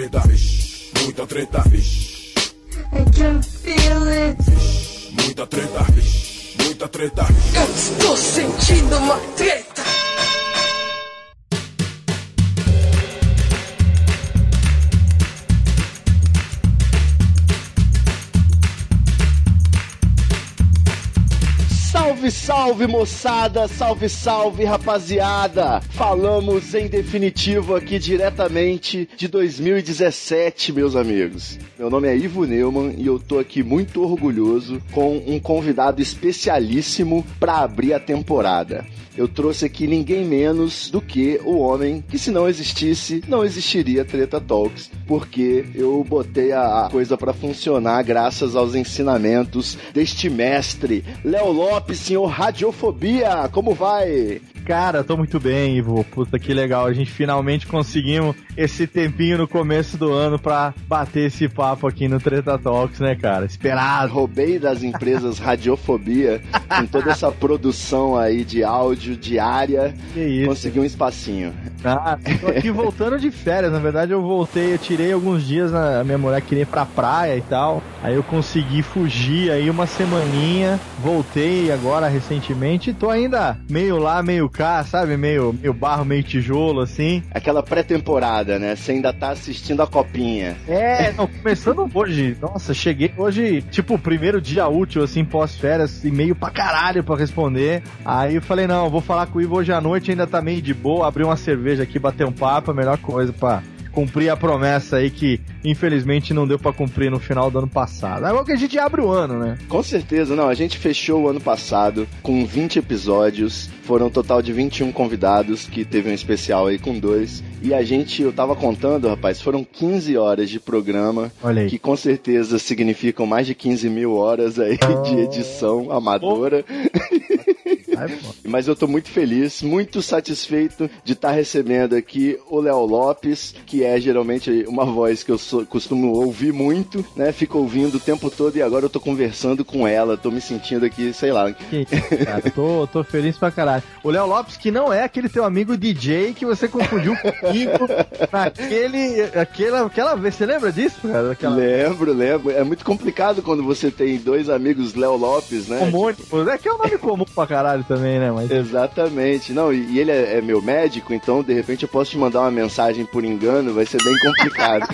treta, vixe, muita treta, vixe. I can feel it. Vixe, muita treta, vixe, muita treta, vixe. Eu estou sentindo uma treta. Salve, salve, moçada! Salve, salve, rapaziada! Falamos em definitivo aqui diretamente de 2017, meus amigos. Meu nome é Ivo Neumann e eu tô aqui muito orgulhoso com um convidado especialíssimo para abrir a temporada. Eu trouxe aqui ninguém menos do que o homem que, se não existisse, não existiria Treta Talks, porque eu botei a coisa pra funcionar graças aos ensinamentos deste mestre, Léo Lopes, senhor Radiofobia. Como vai? Cara, tô muito bem, Ivo. Puta, que legal. A gente finalmente conseguimos esse tempinho no começo do ano pra bater esse papo aqui no Treta Talks, né, cara? Esperado. Roubei das empresas Radiofobia com toda essa produção aí de áudio diária. Que isso? Consegui um espacinho. Ah, tô aqui voltando de férias. Na verdade, eu tirei alguns dias, a minha mulher queria ir pra praia e tal. Aí eu consegui fugir aí uma semaninha. Voltei agora recentemente e tô ainda meio lá, meio cá, sabe? Meio barro, meio tijolo, assim. Aquela pré-temporada, né? Você ainda tá assistindo a copinha. Não, começando hoje. Nossa, cheguei hoje, tipo, o primeiro dia útil, assim, pós-férias, e-mail pra caralho pra responder. Aí eu falei, não, vou falar com o Ivo hoje à noite, ainda tá meio de boa, abrir uma cerveja aqui, bater um papo, a melhor coisa pra cumprir a promessa aí que, infelizmente, não deu pra cumprir no final do ano passado. Agora que a gente abre o ano, né? Com certeza, não. A gente fechou o ano passado com 20 episódios. Foram um total de 21 convidados, que teve um especial aí com 2. E eu tava contando, rapaz, foram 15 horas de programa. Olha aí. Que com certeza significam mais de 15 mil horas aí de edição amadora. Mas eu tô muito feliz, muito satisfeito de estar recebendo aqui o Léo Lopes, que é geralmente uma voz que eu costumo ouvir muito, né? Fico ouvindo o tempo todo e agora eu tô conversando com ela, tô me sentindo aqui, sei lá. Cara, tô feliz pra caralho. O Léo Lopes, que não é aquele teu amigo DJ que você confundiu comigo aquela vez. Você lembra disso, cara? Lembro. É muito complicado quando você tem dois amigos Léo Lopes, né? Homônimo. É que é um nome comum pra caralho também, né? Mas... Exatamente. Não, e ele é meu médico, então de repente eu posso te mandar uma mensagem por engano, vai ser bem complicado.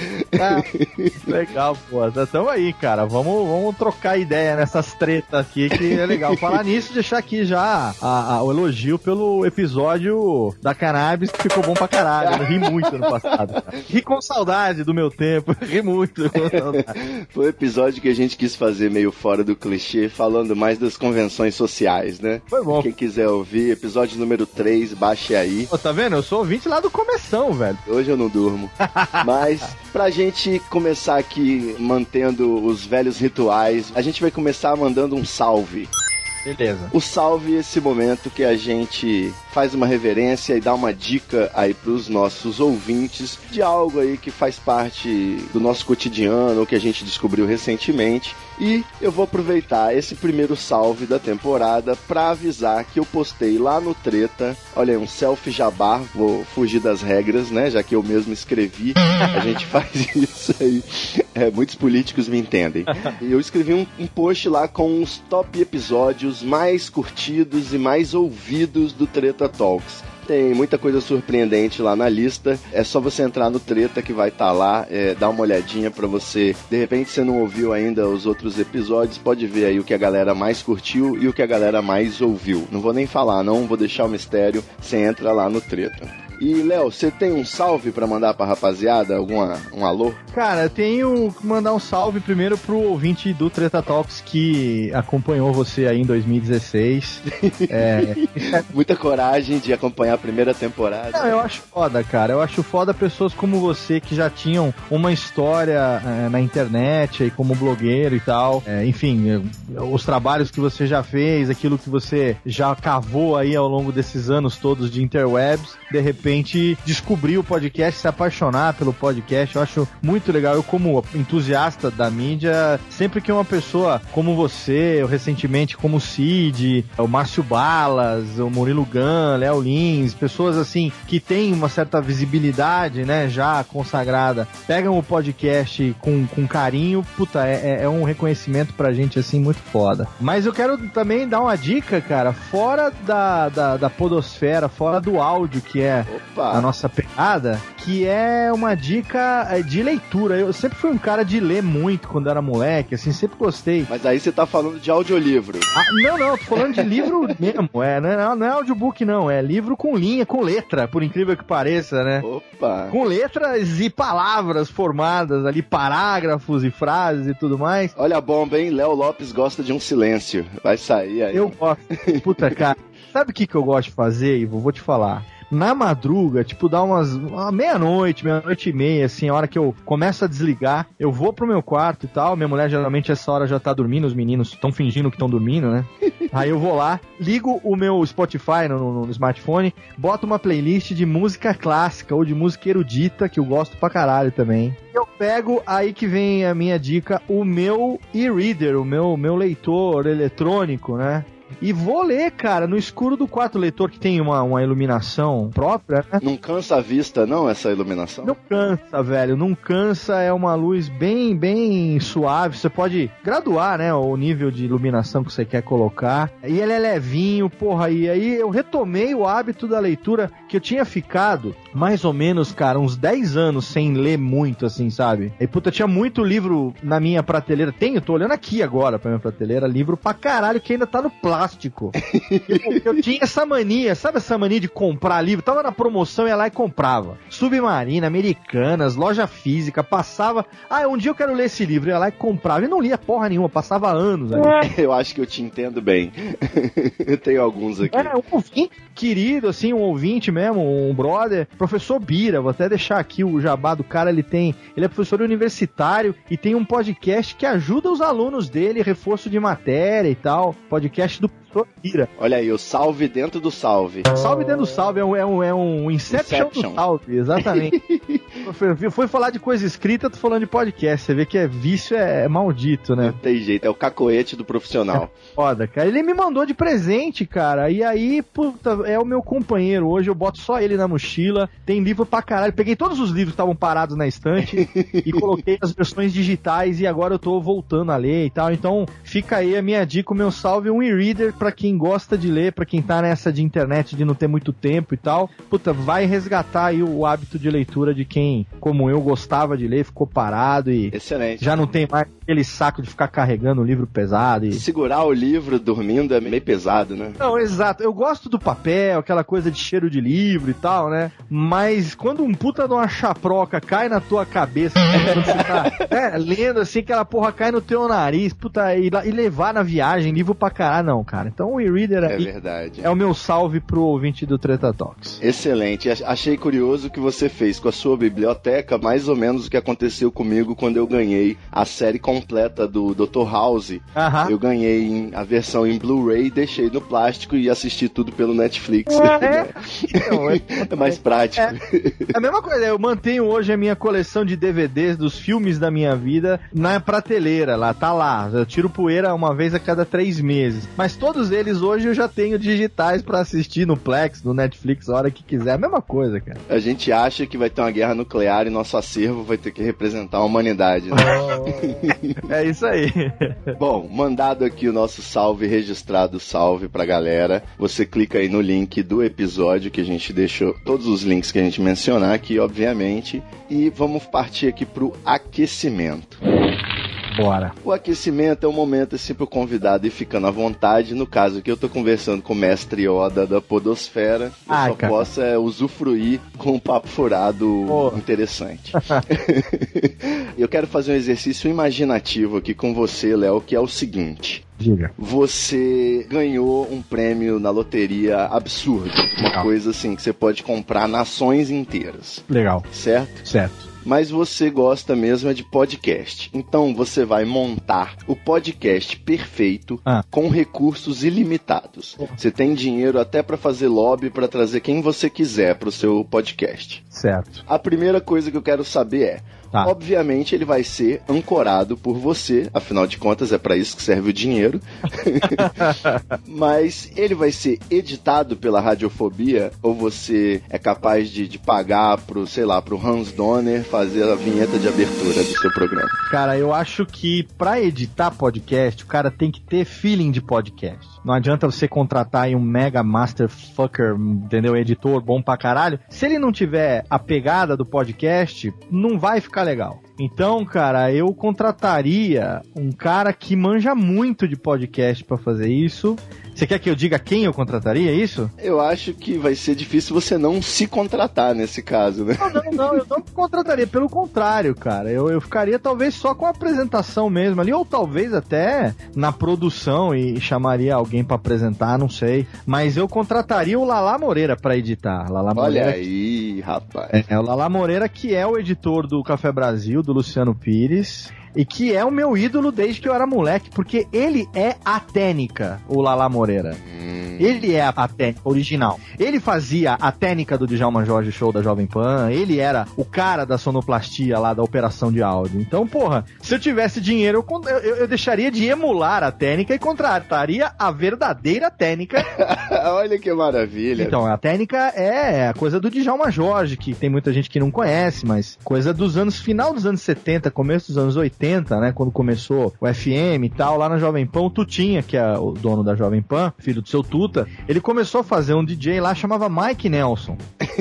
Legal, pô. Tamo aí, cara. Vamos trocar ideia nessas tretas aqui, que é legal. Falar nisso, deixar aqui já o elogio pelo episódio da cannabis, que ficou bom pra caralho. Eu ri muito no passado, cara. Ri com saudade do meu tempo. Ri muito com saudade. Foi um episódio que a gente quis fazer meio fora do clichê, falando mais das convenções sociais, né? Foi bom. Quem quiser ouvir, episódio número 3, baixe aí. Pô, tá vendo? Eu sou ouvinte lá do começão, velho. Hoje eu não durmo. Mas, pra gente começar aqui mantendo os velhos rituais, a gente vai começar mandando um salve. Beleza. O salve é esse momento que a gente faz uma reverência e dá uma dica aí pros nossos ouvintes de algo aí que faz parte do nosso cotidiano, ou que a gente descobriu recentemente. E eu vou aproveitar esse primeiro salve da temporada pra avisar que eu postei lá no Treta, olha aí, um selfie jabá, vou fugir das regras, né, já que eu mesmo escrevi, a gente faz isso aí, muitos políticos me entendem. E eu escrevi um post lá com os top episódios mais curtidos e mais ouvidos do Treta Talks. Tem muita coisa surpreendente lá na lista. É só você entrar no Treta que vai estar lá, dar uma olhadinha pra você. De repente você não ouviu ainda os outros episódios, pode ver aí o que a galera mais curtiu e o que a galera mais ouviu. Não vou nem falar, não, vou deixar o mistério. Você entra lá no Treta. E, Léo, você tem um salve pra mandar pra rapaziada? Um alô? Cara, eu tenho que mandar um salve primeiro pro ouvinte do Treta Talks que acompanhou você aí em 2016. Muita coragem de acompanhar a primeira temporada. Não, eu acho foda, cara. Eu acho foda pessoas como você que já tinham uma história na internet aí como blogueiro e tal. Enfim, os trabalhos que você já fez, aquilo que você já cavou aí ao longo desses anos todos de interwebs. De repente repente descobrir o podcast, se apaixonar pelo podcast. Eu acho muito legal. Eu, como entusiasta da mídia, sempre que uma pessoa como você, eu recentemente como o Cid, o Márcio Balas, o Murilo Gun, Léo Lins, pessoas assim que têm uma certa visibilidade, né, já consagrada, pegam o podcast com carinho, puta, é um reconhecimento pra gente assim muito foda. Mas eu quero também dar uma dica, cara, fora da podosfera, fora do áudio, que é a nossa pegada, que é uma dica de leitura. Eu sempre fui um cara de ler muito quando era moleque, assim, sempre gostei. Mas aí você tá falando de audiolivro. Não, tô falando de livro mesmo, não é audiobook não, é livro com linha, com letra, por incrível que pareça, né? Opa! Com letras e palavras formadas ali, parágrafos e frases e tudo mais. Olha a bomba, hein? Léo Lopes gosta de um silêncio. Vai sair aí. Eu gosto. Puta, cara. Sabe o que eu gosto de fazer, Ivo? Vou te falar. Na madruga, tipo, dá uma meia-noite e meia, assim, a hora que eu começo a desligar, eu vou pro meu quarto e tal, minha mulher geralmente essa hora já tá dormindo, os meninos estão fingindo que estão dormindo, né? Aí eu vou lá, ligo o meu Spotify no smartphone, boto uma playlist de música clássica ou de música erudita, que eu gosto pra caralho também. Eu pego, aí que vem a minha dica, o meu e-reader, o meu leitor eletrônico, né? E vou ler, cara, no escuro do quarto. Leitor que tem uma iluminação própria, né? Não cansa a vista, não, essa iluminação? Não cansa, velho. Não cansa, é uma luz bem suave. Você pode graduar, né, o nível de iluminação que você quer colocar. E ele é levinho, porra. E aí eu retomei o hábito da leitura que eu tinha ficado, mais ou menos, cara, uns 10 anos sem ler muito, assim, sabe? E, puta, tinha muito livro na minha prateleira. Tô olhando aqui agora pra minha prateleira. Livro pra caralho que ainda tá no plástico. Eu tinha essa mania, sabe essa mania de comprar livro? Tava na promoção, ia lá e comprava. Submarina, Americanas, loja física, passava. Um dia eu quero ler esse livro, ia lá e comprava. E não lia porra nenhuma, passava anos ali. Eu acho que eu te entendo bem. Eu tenho alguns aqui. Um ouvinte querido, assim, um ouvinte mesmo, um brother, professor Bira, vou até deixar aqui o jabá do cara, ele é professor universitário e tem um podcast que ajuda os alunos dele, reforço de matéria e tal, podcast do professor Bira. Olha aí, o salve dentro do salve. Salve dentro do salve, é um Inception do salve, exatamente. Foi falar de coisa escrita, tô falando de podcast, você vê que vício é maldito, né? Não tem jeito, é o cacoete do profissional. Foda, cara. Ele me mandou de presente, cara, e aí, puta, é o meu companheiro. Hoje eu boto só ele na mochila, tem livro pra caralho. Peguei todos os livros que estavam parados na estante e coloquei as versões digitais e agora eu tô voltando a ler e tal. Então, fica aí a minha dica, o meu salve, um e-reader pra quem gosta de ler, pra quem tá nessa de internet de não ter muito tempo e tal. Puta, vai resgatar aí o hábito de leitura de quem, como eu, gostava de ler, ficou parado e excelente. Já não tem mais aquele saco de ficar carregando um livro pesado. E segurar o livro dormindo é meio pesado, né? Não, exato. Eu gosto do papel, aquela coisa de cheiro de livro e tal, né? Mas quando um puta de uma chaproca cai na tua cabeça, quando você tá lendo assim, aquela porra cai no teu nariz, puta, e levar na viagem, livro pra caralho, não, cara. Então o e-reader é verdade. É o meu salve pro ouvinte do Treta Talks. Excelente. Achei curioso que você fez com a sua biblioteca mais ou menos o que aconteceu comigo quando eu ganhei a série completa do Dr. House. Aham. Eu ganhei a versão em Blu-ray, deixei no plástico e assisti tudo pelo Netflix. Então, é mais prático. É a mesma coisa, eu mantenho hoje a minha coleção de DVDs dos filmes da minha vida na prateleira, tá lá. Eu tiro poeira uma vez a cada 3 meses. Mas todos eles hoje eu já tenho digitais pra assistir no Plex, no Netflix, a hora que quiser. É a mesma coisa, cara. A gente acha que vai ter uma guerra nuclear e nosso acervo vai ter que representar a humanidade, né? É isso aí. Bom, mandado aqui o nosso salve, registrado salve pra galera. Você clica aí no link do episódio que a gente deixou, todos os links que a gente mencionar aqui, obviamente. E vamos partir aqui pro aquecimento. Bora. O aquecimento é um momento assim pro convidado ir ficando à vontade. No caso aqui eu tô conversando com o mestre Yoda da podosfera. Eu só posso usufruir com um papo furado interessante. Eu quero fazer um exercício imaginativo aqui com você, Léo, que é o seguinte. Diga. Você ganhou um prêmio na loteria absurdo. Uma coisa assim que você pode comprar nações inteiras. Legal. Certo? Certo. mas você gosta mesmo é de podcast. Então você vai montar o podcast perfeito com recursos ilimitados. Você tem dinheiro até para fazer lobby para trazer quem você quiser para o seu podcast. Certo. A primeira coisa que eu quero saber é, obviamente ele vai ser ancorado por você, afinal de contas é para isso que serve o dinheiro. Mas ele vai ser editado pela Radiofobia ou você é capaz de pagar pro Hans Donner fazer a vinheta de abertura do seu programa? Cara, eu acho que pra editar podcast, o cara tem que ter feeling de podcast. Não adianta você contratar aí um mega masterfucker, entendeu? Editor bom pra caralho. Se ele não tiver a pegada do podcast, não vai ficar legal. Então, cara, eu contrataria um cara que manja muito de podcast pra fazer isso. Você quer que eu diga quem eu contrataria, isso? Eu acho que vai ser difícil você não se contratar nesse caso, né? Não, eu não contrataria. Pelo contrário, cara. Eu ficaria talvez só com a apresentação mesmo ali, ou talvez até na produção e chamaria alguém pra apresentar, não sei. Mas eu contrataria o Lala Moreira pra editar. Lala Moreira. Olha aí, rapaz. É o Lala Moreira, que é o editor do Café Brasil, do Luciano Pires. E que é o meu ídolo desde que eu era moleque, porque ele é a técnica, o Lala Moreira. Ele é a técnica original. Ele fazia a técnica do Djalma Jorge Show da Jovem Pan, ele era o cara da sonoplastia lá, da operação de áudio. Então, porra, se eu tivesse dinheiro, eu deixaria de emular a técnica e contrataria a verdadeira técnica. Olha que maravilha. Então, a técnica é a coisa do Djalma Jorge, que tem muita gente que não conhece, mas coisa dos final dos anos 70, começo dos anos 80, né, quando começou o FM e tal, lá na Jovem Pan, o Tutinha, que é o dono da Jovem Pan, filho do seu Tuta, ele começou a fazer um DJ lá, chamava Mike Nelson.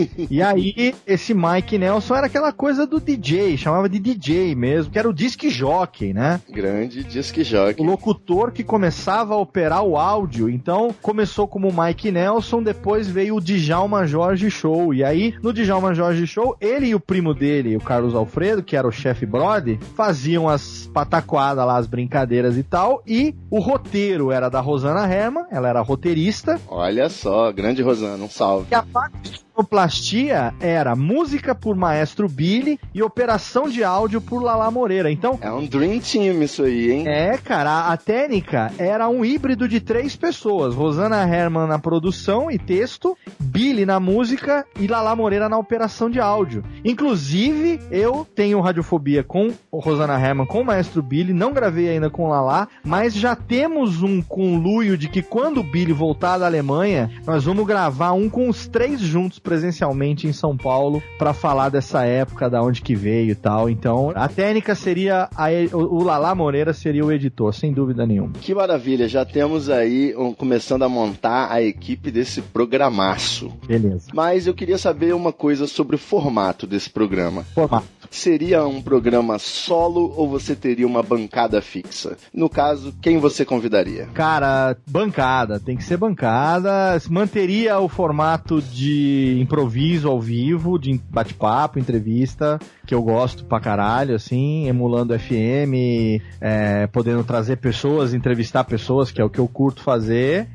E aí, esse Mike Nelson era aquela coisa do DJ, chamava de DJ mesmo, que era o disc jockey, né? Grande disc jockey. O locutor que começava a operar o áudio. Então, começou como Mike Nelson, depois veio o Djalma Jorge Show. E aí, no Djalma Jorge Show, ele e o primo dele, o Carlos Alfredo, que era o chefe Brody, faziam as pataquadas lá, as brincadeiras e tal. E o roteiro era da Rosana Herman, ela era roteirista. Olha só, grande Rosana, um salve. E a parte de sonoplastia era música por Maestro Billy e operação de áudio por Lala Moreira. Então, é um dream team isso aí, hein? É, cara, a técnica era um híbrido de 3 pessoas. Rosana Herman na produção e texto, Billy na música e Lala Moreira na operação de áudio. Inclusive, eu tenho Radiofobia com Rosana Herman, com o Maestro Billy, não gravei ainda com Lala, mas já temos um conluio de que quando o Billy voltar da Alemanha, nós vamos gravar um com os 3 juntos presencialmente em São Paulo pra falar dessa época, da onde que veio e tal. Então, a técnica seria o Lala Moreira seria o editor, sem dúvida nenhuma. Que maravilha, já temos aí começando a montar a equipe desse programaço. Beleza. Mas eu queria saber uma coisa sobre o formato desse programa. Formato. Seria um programa solo ou você teria uma bancada fixa? No caso, quem você convidaria? Cara, bancada, tem que ser bancada. Manteria o formato de improviso ao vivo, de bate-papo, entrevista, que eu gosto pra caralho, assim, emulando FM, podendo trazer pessoas, entrevistar pessoas, que é o que eu curto fazer.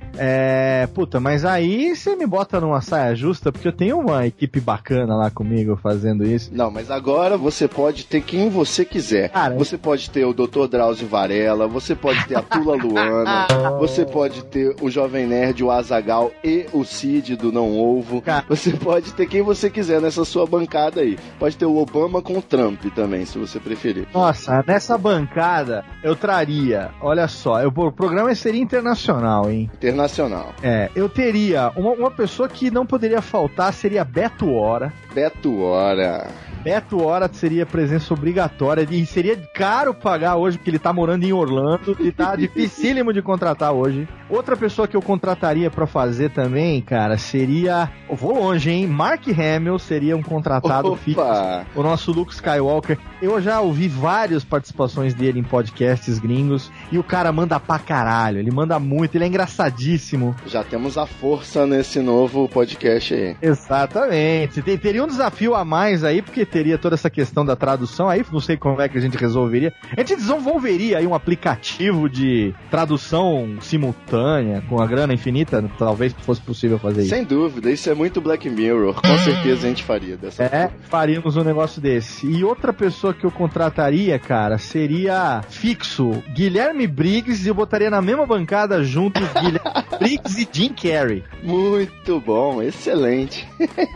Mas aí você me bota numa saia justa, porque eu tenho uma equipe bacana lá comigo fazendo isso. Não, mas agora você pode ter quem você quiser. Cara, você pode ter o Dr. Drauzio Varela, você pode ter a Tula Luana, você pode ter o Jovem Nerd, o Azaghal e o Cid do Não Ovo. Cara, você pode ter quem você quiser nessa sua bancada aí. Pode ter o Obama com o Trump também, se você preferir. Nossa, nessa bancada eu traria, olha só, o programa seria internacional, hein? Internacional. Eu teria uma pessoa que não poderia faltar, seria Beto Hora. Beto Hora. Beto Hora seria presença obrigatória e seria caro pagar hoje, porque ele tá morando em Orlando e tá dificílimo de contratar hoje. Outra pessoa que eu contrataria pra fazer também, cara, seria... Eu vou longe, hein? Mark Hamill seria um contratado fixo. O nosso Luke Skywalker. Eu já ouvi várias participações dele em podcasts gringos e o cara manda pra caralho. Ele manda muito, ele é engraçadíssimo. Já temos a força nesse novo podcast aí. Exatamente. Teria um desafio a mais aí, porque teria toda essa questão da tradução, aí não sei como é que a gente resolveria. A gente desenvolveria aí um aplicativo de tradução simultânea, com a grana infinita, talvez fosse possível fazer isso. Sem dúvida, isso é muito Black Mirror, com certeza a gente faria dessa forma. Faríamos um negócio desse. E outra pessoa que eu contrataria, cara, seria fixo, Guilherme Briggs, e eu botaria na mesma bancada junto Guilherme Briggs e Jim Carrey. Muito bom, excelente.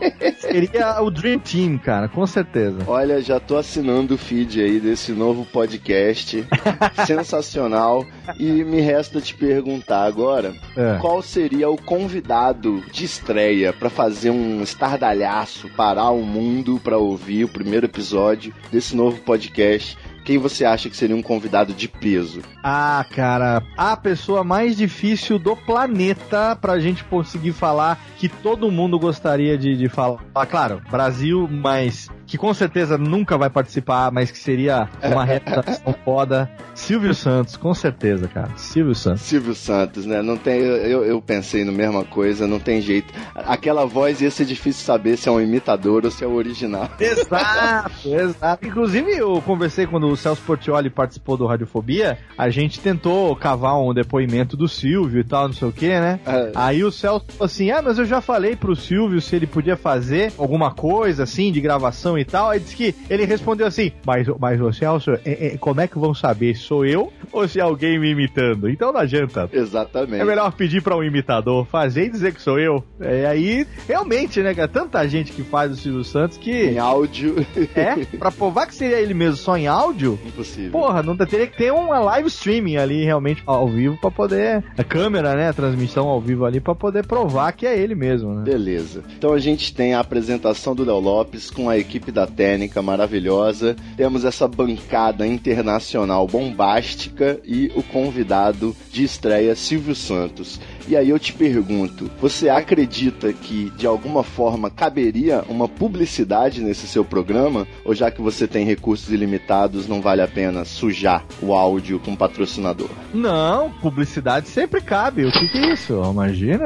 Seria o Dream Team, cara, com certeza. Olha, já tô assinando o feed aí desse novo podcast. Sensacional. E me resta te perguntar agora, qual seria o convidado de estreia pra fazer um estardalhaço, parar o mundo pra ouvir o primeiro episódio desse novo podcast? Quem você acha que seria um convidado de peso? Ah, cara, a pessoa mais difícil do planeta pra gente conseguir falar que todo mundo gostaria de falar. Claro, Brasil, mas que com certeza nunca vai participar, mas que seria uma representação foda. Silvio Santos, com certeza, cara. Silvio Santos. Silvio Santos, né? Não tem, eu pensei na mesma coisa, não tem jeito. Aquela voz ia ser difícil saber se é um imitador ou se é o original. Exato, exato. Inclusive, eu conversei quando o Celso Portiolli participou do Radiofobia, a gente tentou cavar um depoimento do Silvio e tal, não sei o que, né? Aí o Celso falou assim, mas eu já falei pro Silvio se ele podia fazer alguma coisa, assim, de gravação e tal. Aí disse que ele respondeu assim, mas o Celso, como é que vão saber se sou eu ou se é alguém me imitando? Então não adianta. Exatamente. É melhor pedir pra um imitador fazer e dizer que sou eu. Aí, realmente, né, cara, tanta gente que faz o Silvio Santos que... Em áudio. Pra provar que seria ele mesmo só em áudio, impossível. Porra, não teria que ter uma live streaming ali realmente ao vivo pra poder... A câmera, né, a transmissão ao vivo ali pra poder provar que é ele mesmo, né? Beleza. Então a gente tem a apresentação do Léo Lopes com a equipe da Técnica maravilhosa. Temos essa bancada internacional bombástica e o convidado de estreia, Silvio Santos. E aí eu te pergunto, você acredita que de alguma forma caberia uma publicidade nesse seu programa? Ou já que você tem recursos ilimitados, não vale a pena sujar o áudio com patrocinador? Não, publicidade sempre cabe. O que é isso? Imagina.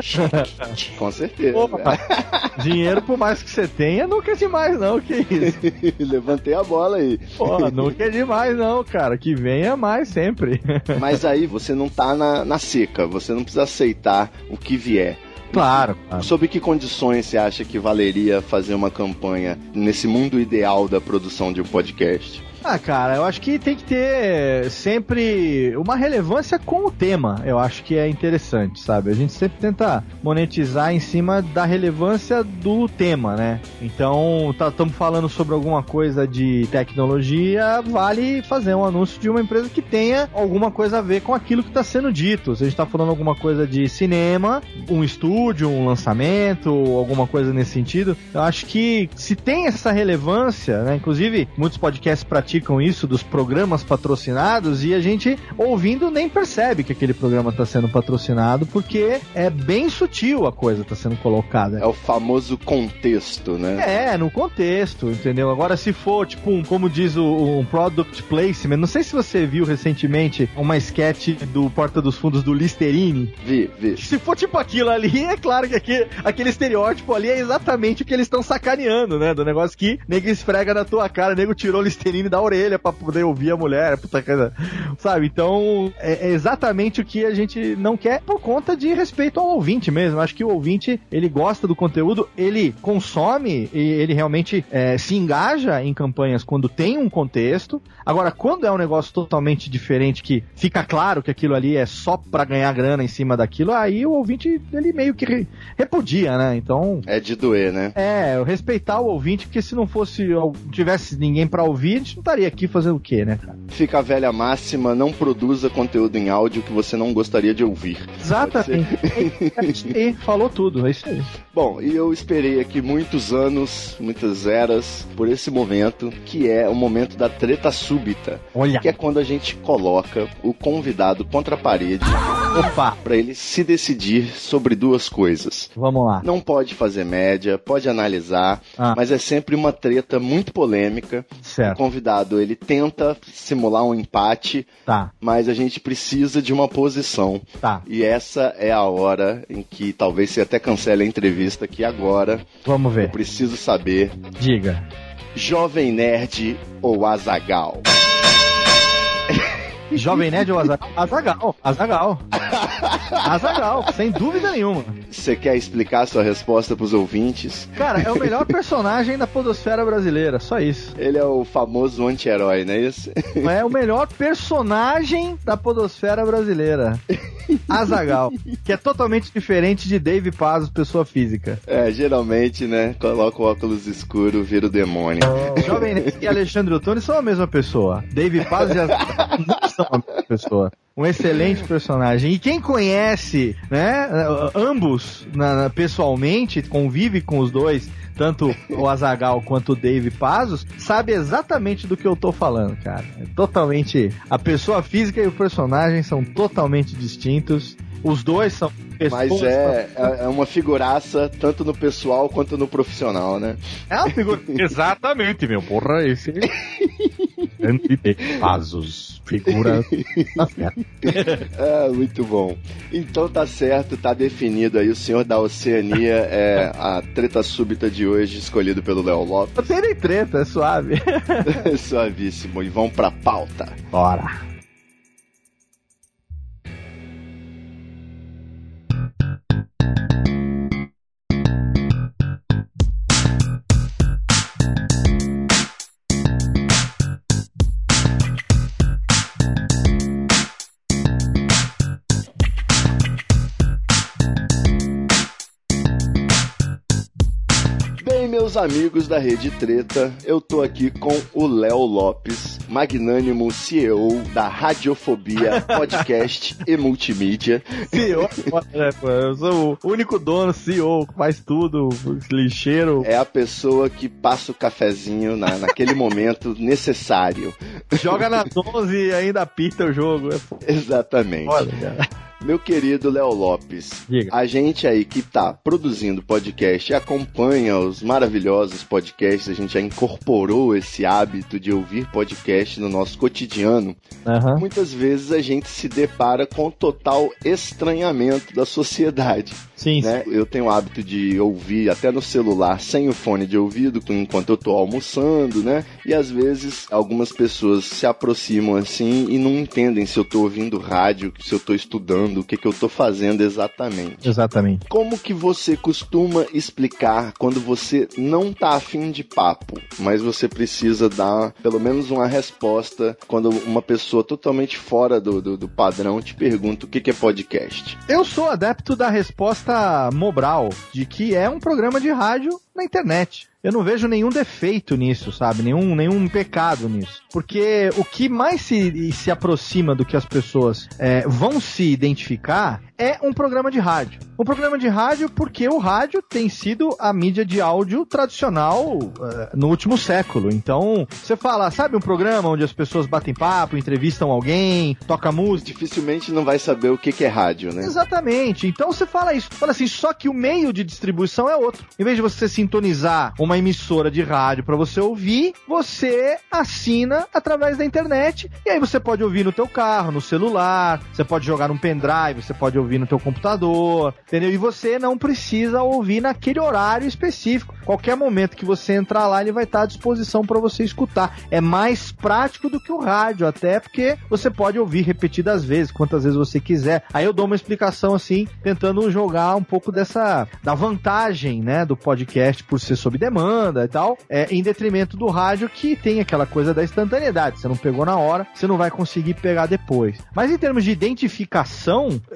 Com certeza. Opa, dinheiro, por mais que você tenha, nunca é demais não, que isso? Levantei a bola aí. Pô, nunca é demais não, cara. Que venha mais sempre. Mas aí você não tá na seca, você não precisa aceitar o que vier. Claro. Sob que condições você acha que valeria fazer uma campanha nesse mundo ideal da produção de um podcast? Ah, cara, eu acho que tem que ter sempre uma relevância com o tema. Eu acho que é interessante, sabe? A gente sempre tenta monetizar em cima da relevância do tema, né? Então, estamos falando sobre alguma coisa de tecnologia, vale fazer um anúncio de uma empresa que tenha alguma coisa a ver com aquilo que está sendo dito. Se a gente está falando alguma coisa de cinema, um estúdio, um lançamento, alguma coisa nesse sentido, eu acho que se tem essa relevância, né? Inclusive, muitos podcasts praticam isso dos programas patrocinados e a gente ouvindo nem percebe que aquele programa está sendo patrocinado porque é bem sutil a coisa está sendo colocada. É o famoso contexto, né? No contexto, entendeu? Agora se for tipo como diz um product placement, não sei se você viu recentemente uma sketch do Porta dos Fundos do Listerine. Vi. Se for tipo aquilo ali, é claro que aquele estereótipo ali é exatamente o que eles estão sacaneando, né? Do negócio que nego esfrega na tua cara, nego tirou o Listerine da orelha pra poder ouvir a mulher, puta coisa, sabe? Então, é exatamente o que a gente não quer por conta de respeito ao ouvinte mesmo. Acho que o ouvinte, ele gosta do conteúdo, ele consome e ele realmente se engaja em campanhas quando tem um contexto. Agora, quando é um negócio totalmente diferente, que fica claro que aquilo ali é só pra ganhar grana em cima daquilo, aí o ouvinte, ele meio que repudia, né? Então... É de doer, né? Respeitar o ouvinte, porque se não tivesse ninguém pra ouvir, a gente não estaria aqui fazendo o quê, né, cara? Fica a velha máxima, não produza conteúdo em áudio que você não gostaria de ouvir. Exatamente. Falou tudo, é isso aí. Bom, e eu esperei aqui muitos anos, muitas eras, por esse momento, que é o momento da treta súbita. Olha. Que é quando a gente coloca o convidado contra a parede Opa! Pra ele se decidir sobre duas coisas. Vamos lá. Não pode fazer média, pode analisar, mas é sempre uma treta muito polêmica. Certo. O convidado, ele tenta simular um empate, mas a gente precisa de uma posição. E essa é a hora em que talvez você até cancele a entrevista aqui agora. Vamos ver. Eu preciso saber. Diga. Jovem Nerd ou Azaghal? Jovem Nerd ou Azaghal? Azaghal, sem dúvida nenhuma. Você quer explicar a sua resposta pros ouvintes? Cara, é o melhor personagem da podosfera brasileira, só isso. Ele é o famoso anti-herói, não é isso? É o melhor personagem da podosfera brasileira. Azaghal, que é totalmente diferente de Dave Pazos, pessoa física. Geralmente, né, coloca o óculos escuro, vira o demônio. Jovem Nerd e Alexandre Ottoni são a mesma pessoa. Dave Pazos e Azaghal não são a mesma pessoa. Um excelente personagem. E quem conhece, né, ambos pessoalmente, convive com os dois, tanto o Azaghal quanto o Dave Pazos, sabe exatamente do que eu tô falando, cara. É totalmente... A pessoa física e o personagem são totalmente distintos. Os dois são pessoas... Mas é uma figuraça, tanto no pessoal quanto no profissional, né? É uma figura... Exatamente, meu. Porra, esse... Pazos. Figura... Tá certo. Muito bom. Então tá certo, tá definido aí. O senhor da Oceania é a treta súbita de hoje, escolhido pelo Léo Lopes. Não tem nem treta, é suave. Suavíssimo. E vamos pra pauta. Bora. Meus amigos da Rede Treta, eu tô aqui com o Léo Lopes, magnânimo CEO da Radiofobia Podcast e Multimídia. CEO, eu sou o único dono, CEO, faz tudo, lixeiro. É a pessoa que passa o cafezinho naquele momento necessário. Joga nas 11 e ainda apita o jogo. Exatamente. Olha, cara. Meu querido Léo Lopes, diga. A gente aí que tá produzindo podcast e acompanha os maravilhosos podcasts, a gente já incorporou esse hábito de ouvir podcast no nosso cotidiano. Muitas vezes a gente se depara com total estranhamento da sociedade. Sim, né? Eu tenho o hábito de ouvir até no celular sem o fone de ouvido enquanto eu tô almoçando, né? E às vezes algumas pessoas se aproximam assim e não entendem se eu tô ouvindo rádio, se eu tô estudando, o que eu tô fazendo exatamente. Exatamente. Como que você costuma explicar quando você não tá afim de papo, mas você precisa dar pelo menos uma resposta quando uma pessoa totalmente fora do padrão te pergunta o que é podcast? Eu sou adepto da resposta Mobral, de que é um programa de rádio na internet. Eu não vejo nenhum defeito nisso, sabe? Nenhum pecado nisso. Porque o que mais se aproxima do que as pessoas vão se identificar é um programa de rádio. Um programa de rádio porque o rádio tem sido a mídia de áudio tradicional no último século. Então, você fala, sabe um programa onde as pessoas batem papo, entrevistam alguém, toca música? Dificilmente não vai saber o que é rádio, né? Exatamente. Então você fala isso. Fala assim, só que o meio de distribuição é outro. Em vez de você sintonizar uma emissora de rádio para você ouvir, você assina através da internet e aí você pode ouvir no teu carro, no celular, você pode jogar num pendrive, você pode ouvir no teu computador, entendeu? E você não precisa ouvir naquele horário específico. Qualquer momento que você entrar lá, ele vai estar à disposição para você escutar. É mais prático do que o rádio, até porque você pode ouvir repetidas vezes, quantas vezes você quiser. Aí eu dou uma explicação assim, tentando jogar um pouco da vantagem, né, do podcast por ser sob demanda e tal, em detrimento do rádio, que tem aquela coisa da instantaneidade. Você não pegou na hora, você não vai conseguir pegar depois. Mas em termos de identificação, eu sofro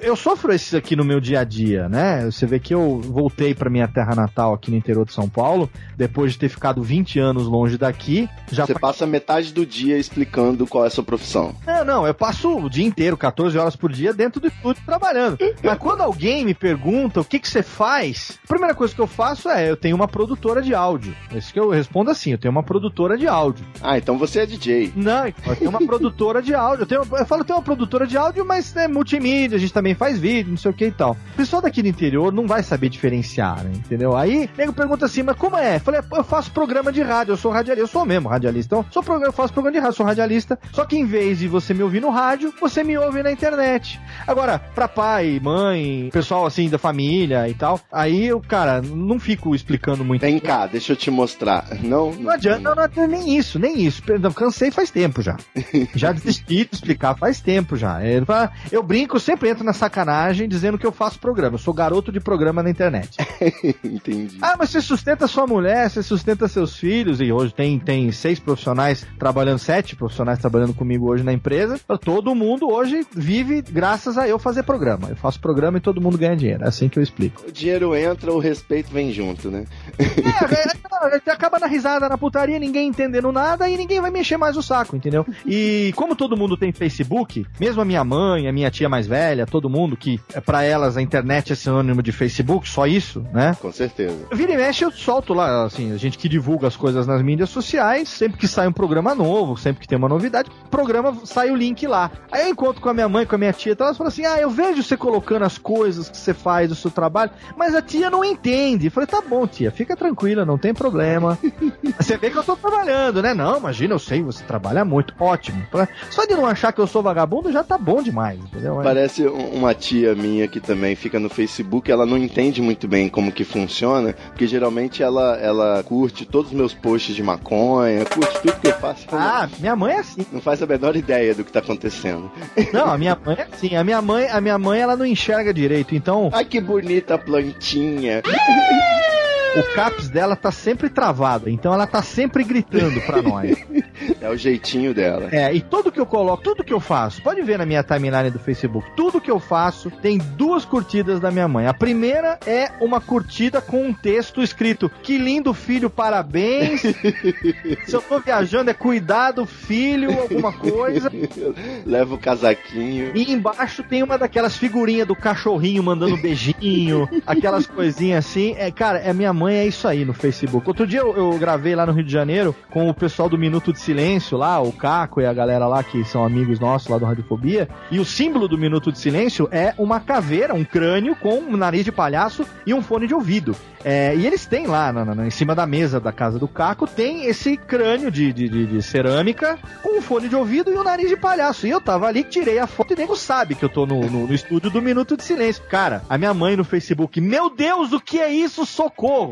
sofro esses aqui no meu dia a dia, né? Você vê que eu voltei pra minha terra natal aqui no interior de São Paulo, depois de ter ficado 20 anos longe daqui. Você passa metade do dia explicando qual é a sua profissão. Não, eu passo o dia inteiro, 14 horas por dia, dentro do estúdio trabalhando. Mas quando alguém me pergunta o que você faz, a primeira coisa que eu faço é, eu tenho uma produtora de áudio. Isso que eu respondo assim, eu tenho uma produtora de áudio. Ah, então você é DJ. Não, eu tenho uma produtora de áudio. Eu falo que tenho uma produtora de áudio, mas é multimídia, a gente também faz vídeo, não sei o que e tal. O pessoal daqui do interior não vai saber diferenciar, né, entendeu? Aí, o nego pergunta assim, mas como é? Eu falei, eu faço programa de rádio, eu sou radialista, eu sou mesmo radialista. Então, eu faço programa de rádio, sou radialista, só que em vez de você me ouvir no rádio, você me ouve na internet. Agora, pra pai, mãe, pessoal assim da família e tal, aí eu, cara, não fico explicando muito. Vem cá, deixa eu te mostrar. Não adianta, não, nem isso. Eu cansei faz tempo já. Já desisti de explicar faz tempo já. Eu brinco, sempre entro na sacanagem dizendo que eu faço programa. Eu sou garoto de programa na internet. Entendi. Ah, mas você sustenta sua mulher, você sustenta seus filhos, e hoje tem 6 profissionais trabalhando, 7 profissionais trabalhando comigo hoje na empresa. Todo mundo hoje vive graças a eu fazer programa. Eu faço programa e todo mundo ganha dinheiro. É assim que eu explico. O dinheiro entra, o respeito vem junto, né? Acaba na risada, na putaria, ninguém entendendo nada e ninguém vai mexer mais o saco, entendeu? E como todo mundo tem Facebook, mesmo a minha mãe, a minha tia mais velha, todo mundo que, pra elas, a internet é sinônimo de Facebook, só isso, né? Com certeza. Vira e mexe, eu solto lá, assim, a gente que divulga as coisas nas mídias sociais, sempre que sai um programa novo, sempre que tem uma novidade, programa, sai o link lá. Aí eu encontro com a minha mãe, com a minha tia, então elas falam assim, eu vejo você colocando as coisas que você faz do seu trabalho, mas a tia não entende. Eu falei, tá bom, tia, fica tranquila, não tem problema. Você vê que eu tô trabalhando, né? Não, imagina, eu sei, você trabalha muito, ótimo. Só de não achar que eu sou vagabundo já tá bom demais, entendeu? Parece uma tia minha que também fica no Facebook, ela não entende muito bem como que funciona, porque geralmente ela curte todos os meus posts de maconha, curte tudo que eu faço. Minha mãe é assim. Não faz a menor ideia do que tá acontecendo. Não, a minha mãe é assim. A minha mãe, ela não enxerga direito, então... Ai, que bonita a plantinha. O caps dela tá sempre travado, então ela tá sempre gritando pra nós. É o jeitinho dela. E tudo que eu coloco, tudo que eu faço, pode ver na minha timeline do Facebook, tudo que eu faço tem 2 curtidas da minha mãe. A primeira é uma curtida com um texto escrito, que lindo filho, parabéns. Se eu tô viajando é cuidado, filho, alguma coisa. Leva o casaquinho. E embaixo tem uma daquelas figurinhas do cachorrinho mandando beijinho, aquelas coisinhas assim. Cara, é minha mãe, é isso aí no Facebook. Outro dia eu gravei lá no Rio de Janeiro com o pessoal do Minuto de Silêncio lá, o Caco e a galera lá que são amigos nossos lá do Radiofobia, e o símbolo do Minuto de Silêncio é uma caveira, um crânio com um nariz de palhaço e um fone de ouvido. E eles têm lá, em cima da mesa da casa do Caco, tem esse crânio de cerâmica com um fone de ouvido e um nariz de palhaço. E eu tava ali, tirei a foto e nego sabe que eu tô no estúdio do Minuto de Silêncio. Cara, a minha mãe no Facebook, meu Deus, o que é isso? Socorro!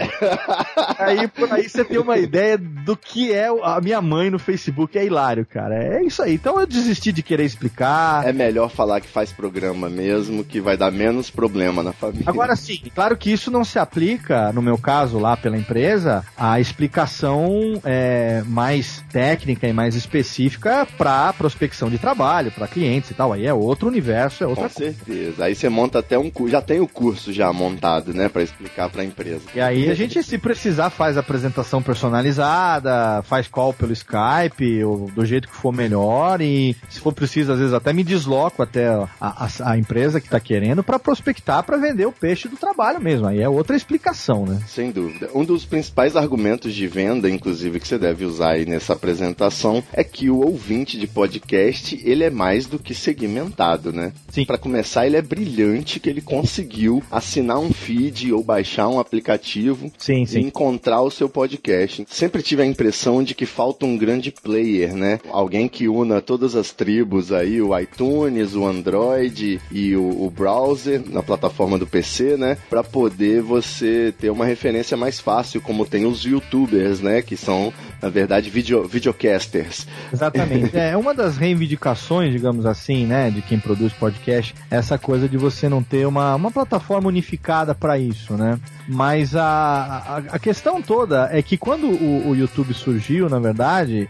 Aí por aí você tem uma ideia do que é a minha mãe no Facebook. É hilário, cara. É isso aí. Então eu desisti de querer explicar. É melhor falar que faz programa mesmo, que vai dar menos problema na família. Agora sim, claro que isso não se aplica, no meu caso lá pela empresa, a explicação mais técnica e mais específica para prospecção de trabalho, para clientes e tal. Aí é outro universo, é outra coisa. Com certeza. Aí você monta até um curso, já tem o curso já montado, né, para explicar para a empresa. E aí a gente, se precisar, faz apresentação personalizada, faz call pelo Skype, ou do jeito que for melhor, e se for preciso, às vezes até me desloco até a empresa que tá querendo para prospectar, para vender o peixe do trabalho mesmo. Aí é outra explicação, né? Sem dúvida. Um dos principais argumentos de venda, inclusive, que você deve usar aí nessa apresentação, é que o ouvinte de podcast, ele é mais do que segmentado, né? Sim. Para começar, ele é brilhante que ele conseguiu assinar um feed ou baixar um aplicativo sim. e encontrar o seu podcast. Sempre tive a impressão de que falta um grande player, né? Alguém que una todas as tribos aí, o iTunes, o Android e o browser na plataforma do PC, né? Para poder você ter uma referência mais fácil, como tem os YouTubers, né? Que são, na verdade, videocasters. Exatamente. Uma das reivindicações, digamos assim, né? De quem produz podcast, é essa coisa de você não ter uma plataforma unificada para isso, né? Mas a questão toda é que quando o YouTube surgiu, na verdade,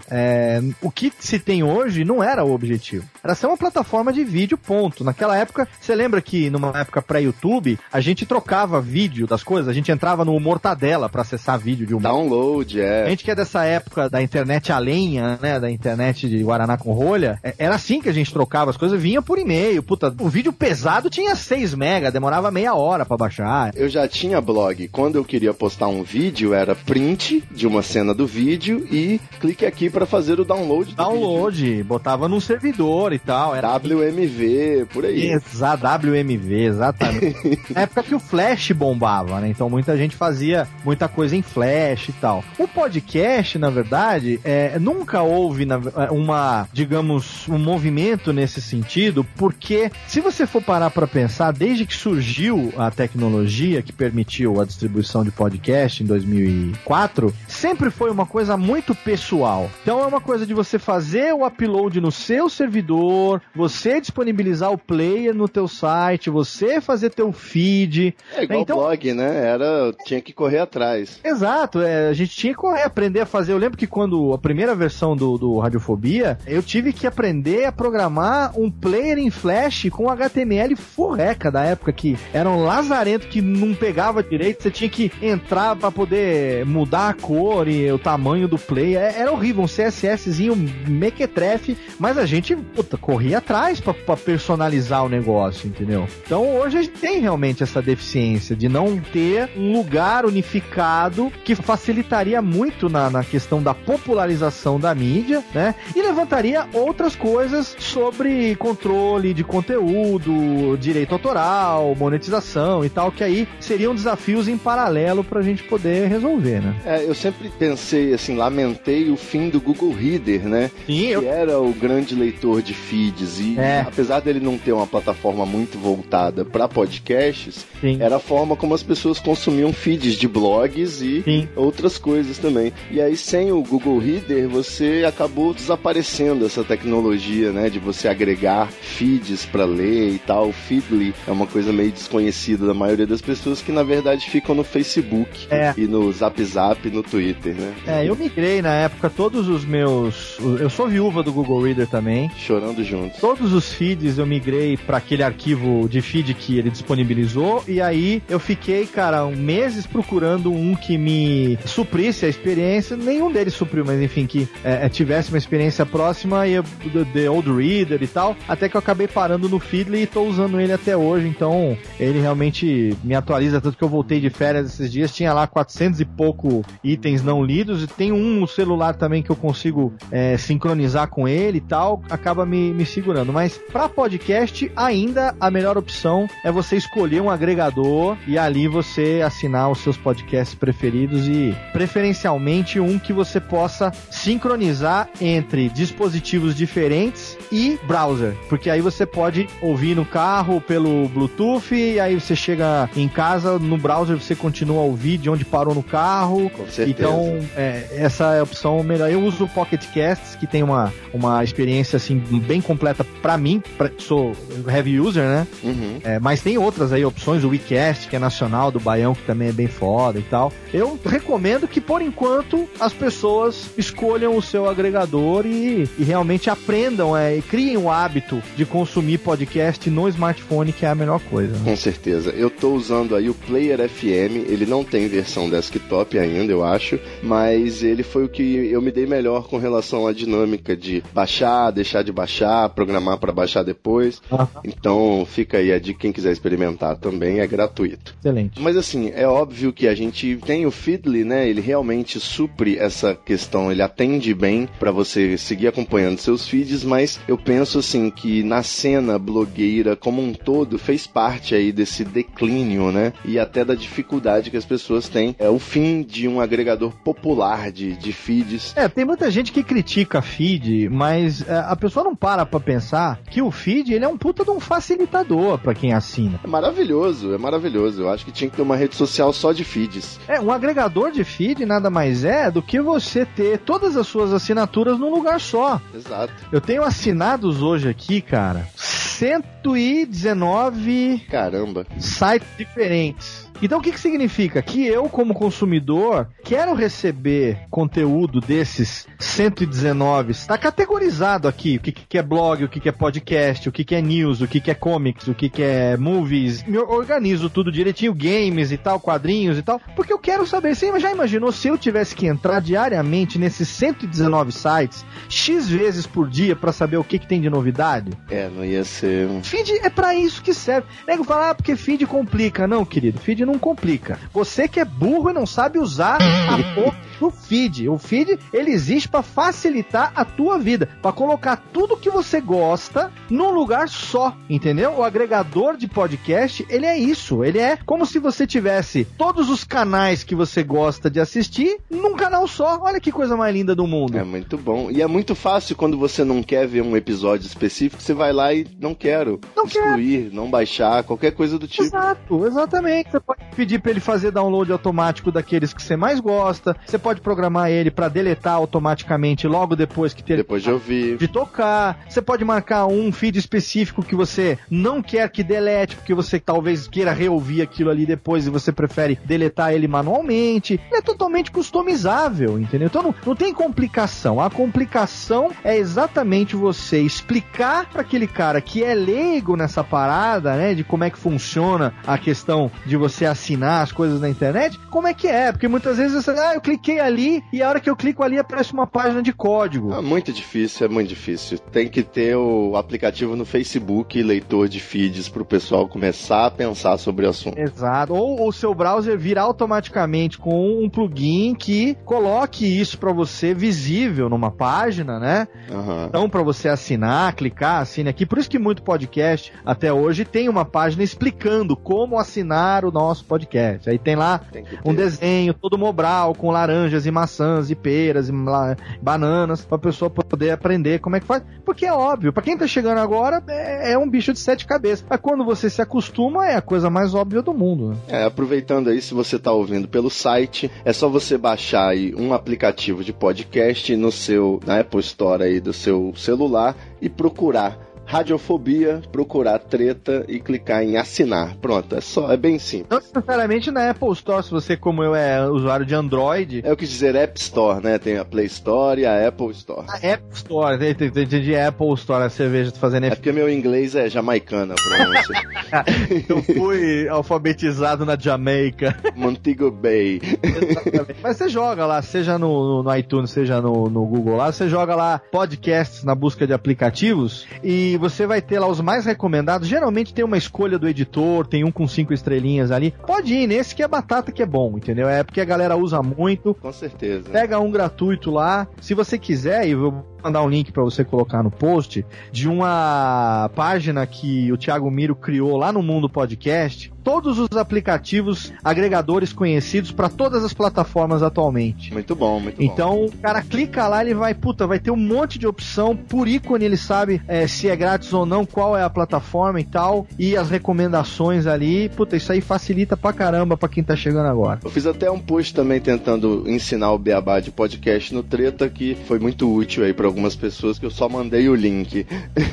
o que se tem hoje não era o objetivo. Era ser uma plataforma de vídeo, ponto. Naquela época, você lembra que numa época pré-YouTube, a gente trocava vídeo das coisas, a gente entrava no Mortadela pra acessar vídeo de um download, A gente que é dessa época da internet a lenha, né, da internet de Guaraná com rolha, era assim que a gente trocava as coisas, vinha por e-mail. Puta, o vídeo pesado tinha 6 mega, demorava meia hora pra baixar. Eu já tinha blog. Quando eu queria postar um vídeo, era print de uma cena do vídeo e clique aqui pra fazer o download do vídeo. Botava num servidor e tal. Era WMV, por aí. WMV, exatamente. Na época que o Flash bombava, né? Então muita gente fazia muita coisa em Flash e tal. O podcast, na verdade, nunca houve um movimento nesse sentido, porque se você for parar pra pensar, desde que surgiu a tecnologia que permitiu a distribuição de podcast em 2004, sempre foi uma coisa muito pessoal. Então é uma coisa de você fazer o upload no seu servidor, você disponibilizar o player no teu site, você fazer teu feed. É igual blog, né? Tinha que correr atrás. Exato, a gente tinha que aprender a fazer. Eu lembro que quando a primeira versão do Radiofobia, eu tive que aprender a programar um player em Flash com HTML furreca da época, que era um lazarento que não pegava direito, você tinha que entrar pra poder mudar a cor e o tamanho do player. Era horrível, um CSSzinho mequetrefe, mas a gente, corria atrás pra personalizar o negócio, entendeu? Então hoje a gente tem realmente essa deficiência de não ter um lugar unificado que facilitaria muito na questão da popularização da mídia, né? E levantaria outras coisas sobre controle de conteúdo, direito autoral, monetização e tal, que aí seriam desafios em paralelo pra gente poder resolver, né? Eu sempre pensei, assim, lamentei o fim do Google Reader, né? Sim, que era o grande leitor de feeds e apesar dele não ter uma plataforma muito voltada para podcasts, era a forma como as pessoas consumiam feeds de blogs e outras coisas também. E aí, sem o Google Reader, você acabou desaparecendo essa tecnologia, né, de você agregar feeds para ler e tal. O Feedly é uma coisa meio desconhecida da maioria das pessoas que, na verdade, ficam no Facebook e no Zap Zap, no Twitter, né? Eu migrei na época todos os meus... Eu sou viúva do Google Reader também. Chorando juntos. Todos os feeds eu migrei para aquele arquivo de feed que ele disponibilizou, e aí eu fiquei, cara, meses procurando um que me suprisse a experiência. Nenhum deles supriu, mas enfim, que tivesse uma experiência próxima, e The Old Reader e tal, até que eu acabei parando no Feedly e tô usando ele até hoje. Então ele realmente me atualiza, tanto que eu voltei de férias esses dias, tinha lá 400 e pouco itens não lidos, e tem um no celular também que eu consigo sincronizar com ele e tal, acaba me segurando. Mas pra podcast, ainda a melhor opção é você escolher um agregador e ali você assinar os seus podcasts preferidos, e preferencialmente um que você possa sincronizar entre dispositivos diferentes e browser, porque aí você pode ouvir no carro pelo Bluetooth, e aí você chega em casa, no browser você continua a ouvir de onde parou no carro. Com certeza. Então essa é a opção melhor. Eu uso o Pocket Casts, que tem uma experiência assim bem completa pra mim, sou heavy user, né? Mas tem outras aí opções, o WeCast, que é nacional, do Baião, que também é bem foda e tal. Eu recomendo que, por enquanto, as pessoas escolham o seu agregador e realmente aprendam e criem o hábito de consumir podcast no smartphone, que é a melhor coisa, né? Com certeza. Eu tô usando aí o Player FM, ele não tem versão desktop ainda, eu acho, mas ele foi o que eu me dei melhor com relação à dinâmica de baixar, deixar de baixar, programar para baixar depois. Então fica aí a dica, quem quiser experimentar também, é gratuito. Excelente. Mas assim, é óbvio que a gente tem o Feedly, né? Ele realmente supre essa questão, ele atende bem para você seguir acompanhando seus feeds, mas eu penso assim que na cena blogueira como um todo fez parte aí desse declínio, né? E até da dificuldade que as pessoas têm. É o fim de um agregador popular de feeds. Tem muita gente que critica feed, mas a pessoa não para pra pensar que o feed, ele é um puta de um facilitador pra quem assina. É maravilhoso. Eu acho que tinha que ter uma rede social só de feeds. Um agregador de feed nada mais é do que você ter todas as suas assinaturas num lugar só. Exato. Eu tenho assinados hoje aqui, cara, 119 caramba sites diferentes. Então o que significa? Que eu, como consumidor, quero receber conteúdo desses 119. Está categorizado aqui o que é blog, o que é podcast, o que é news, o que é comics, o que é movies. Eu organizo tudo direitinho, games e tal, quadrinhos e tal, porque eu quero saber. Você já imaginou se eu tivesse que entrar diariamente nesses 119 sites, X vezes por dia, pra saber o que tem de novidade? Não ia ser... Feed é pra isso que serve. Nego fala, porque feed complica. Não, querido, feed não complica. Você que é burro e não sabe usar a porra do feed. O feed, ele existe pra facilitar a tua vida, pra colocar tudo que você gosta num lugar só, entendeu? O agregador de podcast, ele é isso. Ele é como se você tivesse todos os canais que você gosta de assistir num canal só. Olha que coisa mais linda do mundo. É muito bom. E é muito fácil quando você não quer ver um episódio específico, você vai lá e não excluir, não baixar, qualquer coisa do tipo. Exato, exatamente. Você pode pedir pra ele fazer download automático daqueles que você mais gosta. Você pode programar ele pra deletar automaticamente logo depois que depois de ouvir, de tocar. Você pode marcar um feed específico que você não quer que delete, porque você talvez queira reouvir aquilo ali depois e você prefere deletar ele manualmente. Ele é totalmente customizável, entendeu? Então não tem complicação. A complicação é exatamente você explicar pra aquele cara que é leigo nessa parada, né, de como é que funciona a questão de você assinar as coisas na internet, como é que é, porque muitas vezes você, eu cliquei ali e a hora que eu clico ali aparece uma página de código. É muito difícil. Tem que ter o aplicativo no Facebook, leitor de feeds, pro pessoal começar a pensar sobre o assunto. Exato, ou o seu browser vir automaticamente com um plugin que coloque isso pra você visível numa página, né? Uhum. Então, pra você assinar, clicar, assine aqui. Por isso que muito podcast, até hoje, tem uma página explicando como assinar o nosso podcast. Aí tem lá um desenho todo mobral, com laranjas e maçãs e peras e bananas, pra pessoa poder aprender como é que faz. Porque é óbvio, pra quem tá chegando agora, é um bicho de 7 cabeças. Mas quando você se acostuma, é a coisa mais óbvia do mundo. Né? Aproveitando aí, se você tá ouvindo pelo site, é só você baixar aí um aplicativo de podcast na Apple Store aí do seu celular e procurar Radiofobia, procurar Treta e clicar em assinar. Pronto, é bem simples. Não necessariamente na Apple Store, se você, como eu, é usuário de Android. Eu quis dizer App Store, né? Tem a Play Store e a Apple Store. A App Store, entendi Apple Store, a cerveja fazendo... É porque meu inglês é jamaicano, a pronúncia. Eu fui alfabetizado na Jamaica. Montego Bay. Exatamente. Mas você joga lá, seja no iTunes, seja no Google lá, você joga lá podcasts na busca de aplicativos e você vai ter lá os mais recomendados. Geralmente tem uma escolha do editor, tem um com 5 estrelinhas ali. Pode ir nesse que é batata que é bom, entendeu? É porque a galera usa muito. Com certeza. Pega um gratuito lá. Se você quiser, eu vou mandar um link pra você colocar no post de uma página que o Thiago Miro criou lá no Mundo Podcast. Todos os aplicativos agregadores conhecidos para todas as plataformas atualmente. Muito bom, muito bom. Então, o cara clica lá, ele vai ter um monte de opção, por ícone ele sabe se é grátis ou não, qual é a plataforma e tal, e as recomendações ali, isso aí facilita pra caramba pra quem tá chegando agora. Eu fiz até um post também tentando ensinar o beabá de podcast no Treta, que foi muito útil aí pra algumas pessoas, que eu só mandei o link.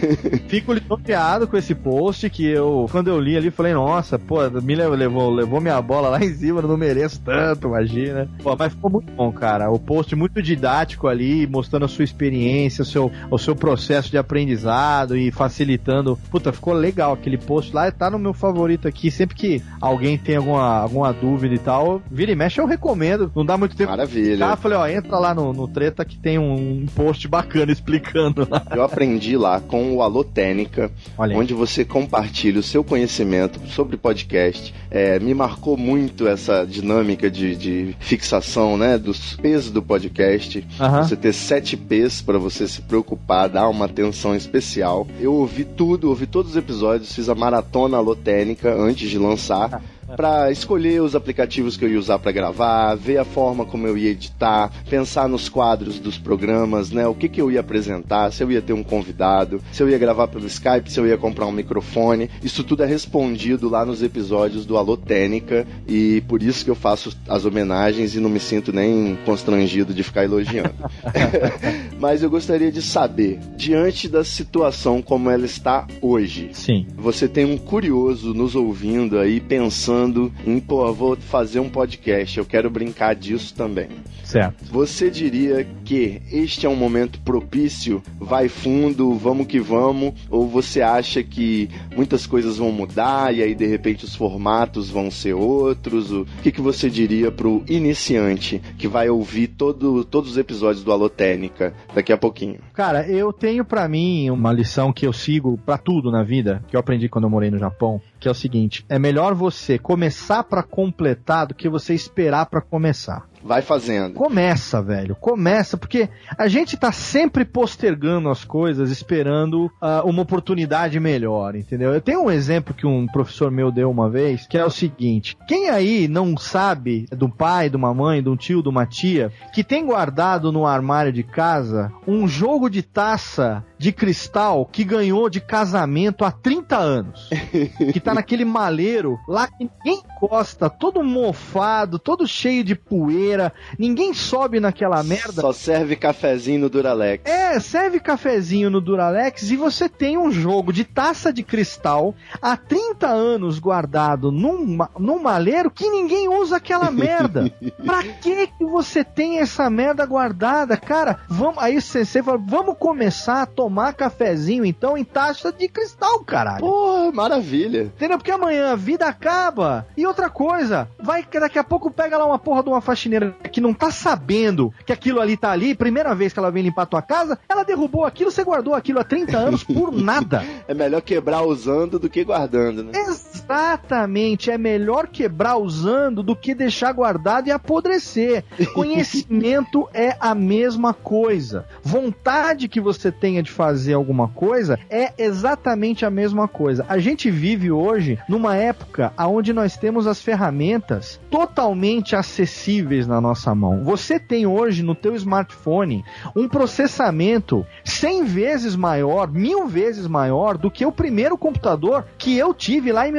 Fico lisonjeado com esse post, que quando eu li ali, falei, nossa, me levou minha bola lá em cima, eu não mereço tanto, imagina. Mas ficou muito bom, cara. O post muito didático ali, mostrando a sua experiência, o seu processo de aprendizado e facilitando. Ficou legal aquele post lá, tá no meu favorito aqui. Sempre que alguém tem alguma dúvida e tal, vira e mexe, eu recomendo. Não dá muito tempo. Maravilha. Falei, entra lá no Treta que tem um post bacana explicando lá. Eu aprendi lá com o Alô Técnica, onde você compartilha o seu conhecimento sobre podcast. Me marcou muito essa dinâmica de fixação, né, dos P's do podcast. Você ter 7 P's para você se preocupar, dar uma atenção especial. Eu ouvi todos os episódios, fiz a maratona Alô Técnica antes de lançar, para escolher os aplicativos que eu ia usar para gravar, ver a forma como eu ia editar, pensar nos quadros dos programas, né? O que eu ia apresentar, se eu ia ter um convidado, se eu ia gravar pelo Skype, se eu ia comprar um microfone. Isso tudo é respondido lá nos episódios do Alô Técnica, e por isso que eu faço as homenagens e não me sinto nem constrangido de ficar elogiando. Mas eu gostaria de saber, diante da situação como ela está hoje, sim, você tem um curioso nos ouvindo aí, pensando pensando em, vou fazer um podcast, eu quero brincar disso também. Certo. Você diria que este é um momento propício, vai fundo, vamos que vamos, ou você acha que muitas coisas vão mudar e aí de repente os formatos vão ser outros? O que você diria pro iniciante que vai ouvir todos os episódios do Alotênica daqui a pouquinho? Cara, eu tenho pra mim uma lição que eu sigo pra tudo na vida, que eu aprendi quando eu morei no Japão, que é o seguinte: é melhor você começar pra completar do que você esperar pra começar. Vai fazendo. Começa, velho. Começa, porque a gente tá sempre postergando as coisas, esperando uma oportunidade melhor, entendeu? Eu tenho um exemplo que um professor meu deu uma vez, que é o seguinte: quem aí não sabe do pai, de uma mãe, de um tio, de uma tia, que tem guardado no armário de casa um jogo de taça de cristal que ganhou de casamento há 30 anos? Que tá naquele maleiro lá que ninguém encosta, todo mofado, todo cheio de poeira, ninguém sobe naquela merda. Só serve cafezinho no Duralex. Serve cafezinho no Duralex e você tem um jogo de taça de cristal há 30 anos guardado num maleiro que ninguém usa aquela merda. Pra que você tem essa merda guardada? Cara, aí você fala, vamos começar a tomar cafezinho então em taça de cristal, caralho. Porra, maravilha. Entendeu? Porque amanhã a vida acaba. E outra coisa, daqui a pouco pega lá uma porra de uma faxineira que não tá sabendo que aquilo ali tá ali, primeira vez que ela vem limpar a tua casa, ela derrubou aquilo, você guardou aquilo há 30 anos por nada. É melhor quebrar usando do que guardando, né? Exatamente, é melhor quebrar usando do que deixar guardado e apodrecer. Conhecimento é a mesma coisa. Vontade que você tenha de fazer alguma coisa é exatamente a mesma coisa. A gente vive hoje numa época onde nós temos as ferramentas totalmente acessíveis na nossa mão. Você tem hoje no teu smartphone um processamento 100 vezes maior, 1000 vezes maior do que o primeiro computador que eu tive lá em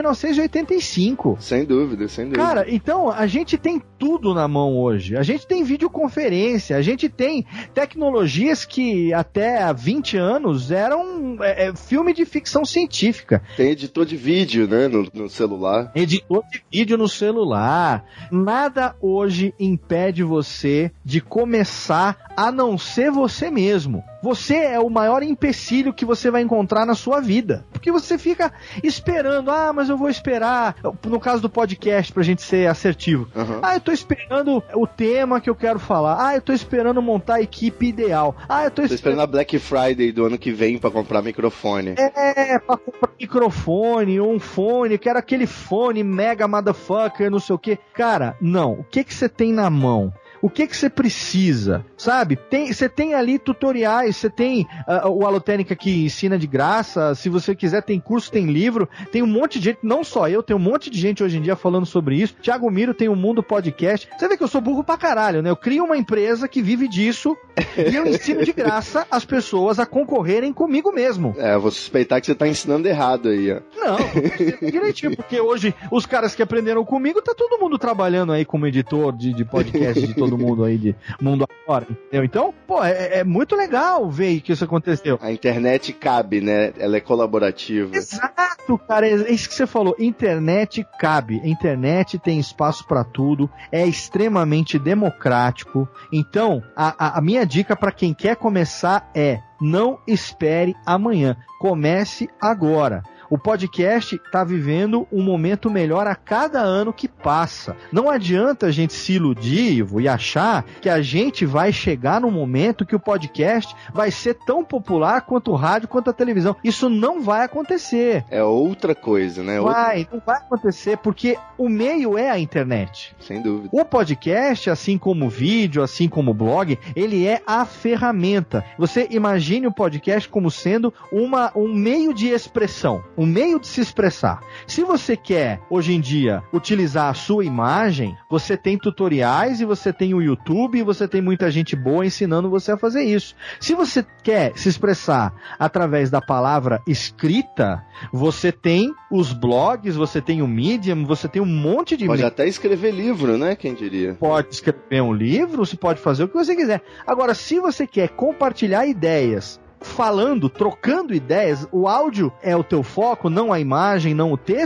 1985. Sem dúvida, sem dúvida. Cara, então a gente tem tudo na mão hoje. A gente tem videoconferência, a gente tem tecnologias que até há 20 anos eram filme de ficção científica. Tem editor de vídeo, né, no celular. Editor de vídeo no celular. Nada hoje impede você de começar a não ser você mesmo. Você é o maior empecilho que você vai encontrar na sua vida. Porque você fica esperando, mas eu vou esperar, no caso do podcast, pra gente ser assertivo. Uhum. Eu tô esperando o tema que eu quero falar. Eu tô esperando montar a equipe ideal. Eu tô esperando a Black Friday do ano que vem pra comprar microfone. Pra comprar microfone, um fone, quero aquele fone mega motherfucker, não sei o que. Cara, não. O que você tem na mão? O que você precisa, sabe? Você tem ali tutoriais, você tem o Alotênica que ensina de graça, se você quiser tem curso, tem livro, tem um monte de gente, não só eu, tem um monte de gente hoje em dia falando sobre isso. Thiago Miro tem o Mundo Podcast. Você vê que eu sou burro pra caralho, né? Eu crio uma empresa que vive disso e eu ensino de graça as pessoas a concorrerem comigo mesmo. Eu vou suspeitar que você tá ensinando errado aí, ó. Não, direitinho, porque hoje os caras que aprenderam comigo, tá todo mundo trabalhando aí como editor de podcast de todo mundo aí, de mundo afora, entendeu? Então, é muito legal ver que isso aconteceu. A internet cabe, né? Ela é colaborativa. Exato, cara, é isso que você falou. Internet cabe. Internet tem espaço pra tudo, é extremamente democrático. Então, a minha dica pra quem quer começar é: não espere amanhã. Comece agora. O podcast está vivendo um momento melhor a cada ano que passa. Não adianta a gente se iludir, Ivo, e achar que a gente vai chegar no momento que o podcast vai ser tão popular quanto o rádio, quanto a televisão. Isso não vai acontecer. É outra coisa, né? Não vai acontecer, porque o meio é a internet. Sem dúvida. O podcast, assim como o vídeo, assim como o blog, ele é a ferramenta. Você imagine o podcast como sendo um meio de expressão. Um meio de se expressar. Se você quer, hoje em dia, utilizar a sua imagem, você tem tutoriais e você tem o YouTube e você tem muita gente boa ensinando você a fazer isso. Se você quer se expressar através da palavra escrita, você tem os blogs, você tem o Medium, você tem um monte de... Pode até escrever livro, né? Quem diria? Pode escrever um livro, você pode fazer o que você quiser. Agora, se você quer compartilhar ideias, falando, trocando ideias, o áudio é o teu foco, não a imagem, não o texto,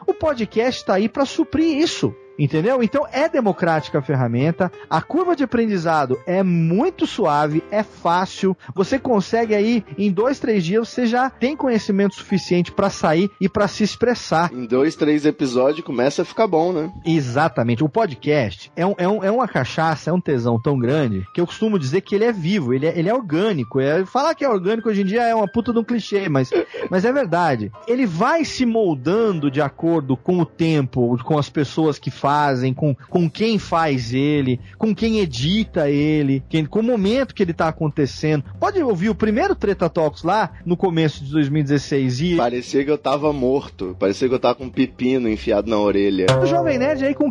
O podcast tá aí para suprir isso. Entendeu? Então é democrática a ferramenta, a curva de aprendizado é muito suave, é fácil, você consegue aí, em 2-3 dias, você já tem conhecimento suficiente para sair e para se expressar. Em 2-3 episódios começa a ficar bom, né? Exatamente. O podcast é uma cachaça, é um tesão tão grande, que eu costumo dizer que ele é vivo, ele é orgânico. Falar que é orgânico hoje em dia é uma puta de um clichê, mas é verdade. Ele vai se moldando de acordo com o tempo, com as pessoas que fazem, com quem faz ele, com quem edita ele, com o momento que ele tá acontecendo. Pode ouvir o primeiro Treta Talks lá, no começo de 2016 e... Parecia que eu tava morto, parecia que eu tava com um pepino enfiado na orelha. O Jovem Nerd aí com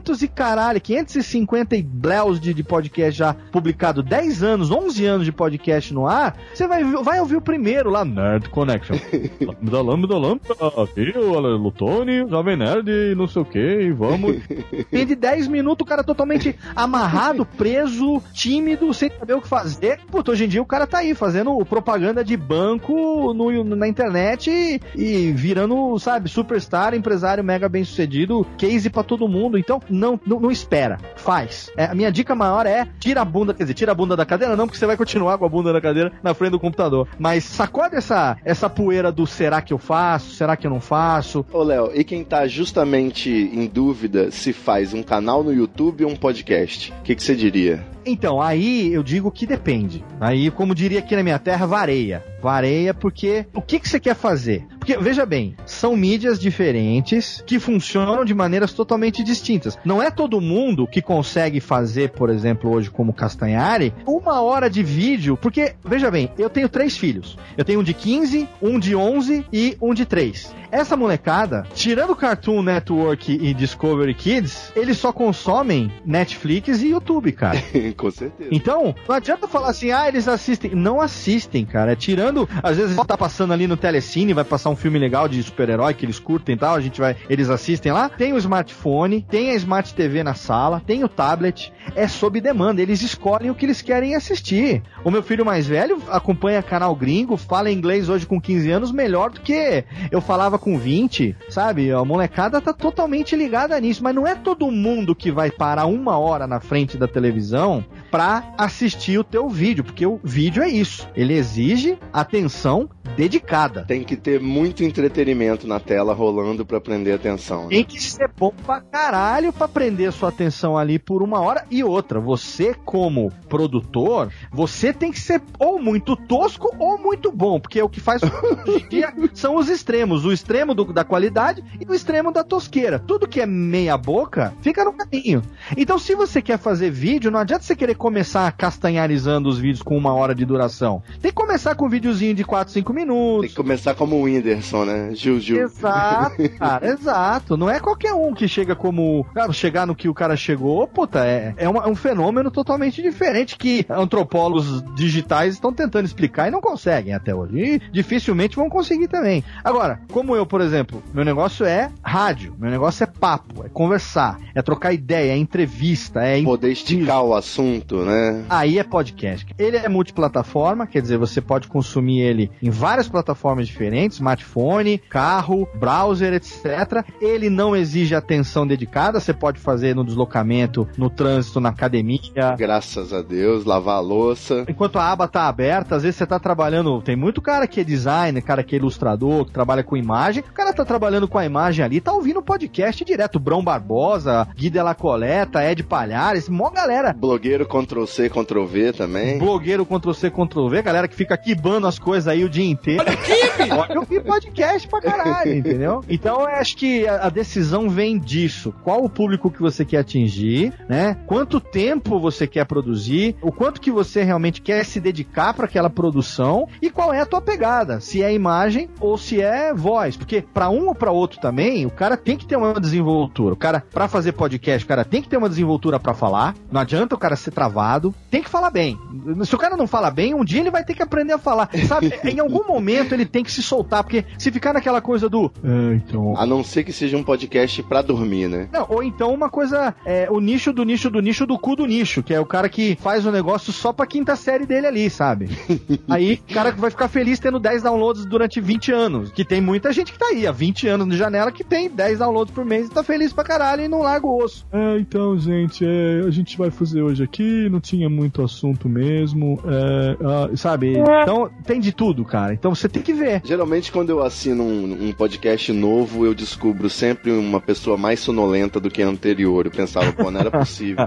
550 e bleus de podcast já publicado, 10 anos, 11 anos de podcast no ar, você vai ouvir o primeiro lá, Nerd Connection. Lambda, aqui o Lutone, Jovem Nerd, não sei o que, vamos... Tem de 10 minutos, o cara totalmente amarrado, preso, tímido, sem saber o que fazer. Puta, hoje em dia o cara tá aí fazendo propaganda de banco na internet e virando, sabe, superstar, empresário mega bem sucedido, case pra todo mundo. Então, não espera, faz. A minha dica maior é tira a bunda da cadeira, não, porque você vai continuar com a bunda da cadeira na frente do computador. Mas sacode essa poeira do será que eu faço, será que eu não faço? Ô, Léo, e quem tá justamente em dúvida se faz um canal no YouTube ou um podcast, o que você diria? Então, aí eu digo que depende. Aí, como diria aqui na minha terra, vareia. Vareia porque o que você quer fazer? Porque, veja bem, são mídias diferentes que funcionam de maneiras totalmente distintas. Não é todo mundo que consegue fazer, por exemplo, hoje como Castanhari, 1 hora de vídeo, porque, veja bem, eu tenho 3 filhos. Eu tenho um de 15, um de 11 e um de 3. Essa molecada, tirando Cartoon Network e Discovery Kids, eles só consomem Netflix e YouTube, cara. Com certeza. Então, não adianta falar assim, eles assistem. Não assistem, cara. Tirando, às vezes tá passando ali no Telecine, vai passar um filme legal de super-herói que eles curtem e tal, eles assistem lá. Tem o smartphone, tem a Smart TV na sala, tem o tablet, é sob demanda. Eles escolhem o que eles querem assistir. O meu filho mais velho acompanha canal gringo, fala inglês hoje com 15 anos melhor do que eu falava com 20, sabe? A molecada tá totalmente ligada nisso, mas não é todo mundo que vai parar 1 hora na frente da televisão pra assistir o teu vídeo, porque o vídeo é isso, ele exige atenção dedicada. Tem que ter muito entretenimento na tela rolando pra prender a atenção, né? Tem que ser bom pra caralho pra prender a sua atenção ali por 1 hora. E outra, você como produtor, você tem que ser ou muito tosco ou muito bom, porque o que faz hoje em dia são os extremos, o extremo da qualidade e o extremo da tosqueira. Tudo que é meia boca fica no caminho. Então, se você quer fazer vídeo, não adianta você querer começar castanharizando os vídeos com 1 hora de duração. Tem que começar com um videozinho de 4-5 minutos. Tem que começar como o Whindersson, né? Gil. Exato, cara, exato. Não é qualquer um que chega como... chegar no que o cara chegou, puta, é um fenômeno totalmente diferente que antropólogos digitais estão tentando explicar e não conseguem até hoje. E dificilmente vão conseguir também. Agora, como eu, por exemplo, meu negócio é rádio, meu negócio é papo, é conversar, é trocar ideia, é entrevista, é... Poder esticar o assunto, né? Aí é podcast. Ele é multiplataforma, quer dizer, você pode consumir ele em várias plataformas diferentes, smartphone, carro, browser, etc. Ele não exige atenção dedicada, você pode fazer no deslocamento, no trânsito, na academia. Graças a Deus, lavar a louça. Enquanto a aba tá aberta, às vezes você tá trabalhando, tem muito cara que é designer, cara que é ilustrador, que trabalha com imagem, o cara tá trabalhando com a imagem ali, tá ouvindo podcast direto, Brão Barbosa, Gui Della Coleta, Ed Palhares, mó galera. Blogueiro Ctrl-C, Ctrl-V também. Blogueiro Ctrl-C, Ctrl-V, galera que fica quibando as coisas aí o dia inteiro. Olha o podcast pra caralho, entendeu? Então eu acho que a decisão vem disso. Qual o público que você quer atingir, né? Quanto tempo você quer produzir, o quanto que você realmente quer se dedicar para aquela produção e qual é a tua pegada, se é imagem ou se é voz, porque para um ou para outro também, o cara tem que ter uma desenvoltura. O cara, para fazer podcast, o cara tem que ter uma desenvoltura para falar, não adianta o cara ser travado, tem que falar bem. Se o cara não fala bem, um dia ele vai ter que aprender a falar, sabe? Em algum momento ele tem que se soltar, porque Porque se ficar naquela coisa do... então... A não ser que seja um podcast pra dormir, né? Não, ou então uma coisa... o nicho do nicho do nicho do cu do nicho, que é o cara que faz o negócio só pra quinta série dele ali, sabe? Aí o cara vai ficar feliz tendo 10 downloads durante 20 anos. Que tem muita gente que tá aí há 20 anos de janela que tem 10 downloads por mês e tá feliz pra caralho e não larga o osso. Então, gente, a gente vai fazer hoje aqui, não tinha muito assunto mesmo, sabe? Então, tem de tudo, cara. Então você tem que ver. Geralmente, quando eu assino um podcast novo, eu descubro sempre uma pessoa mais sonolenta do que a anterior. Eu pensava, pô, não era possível.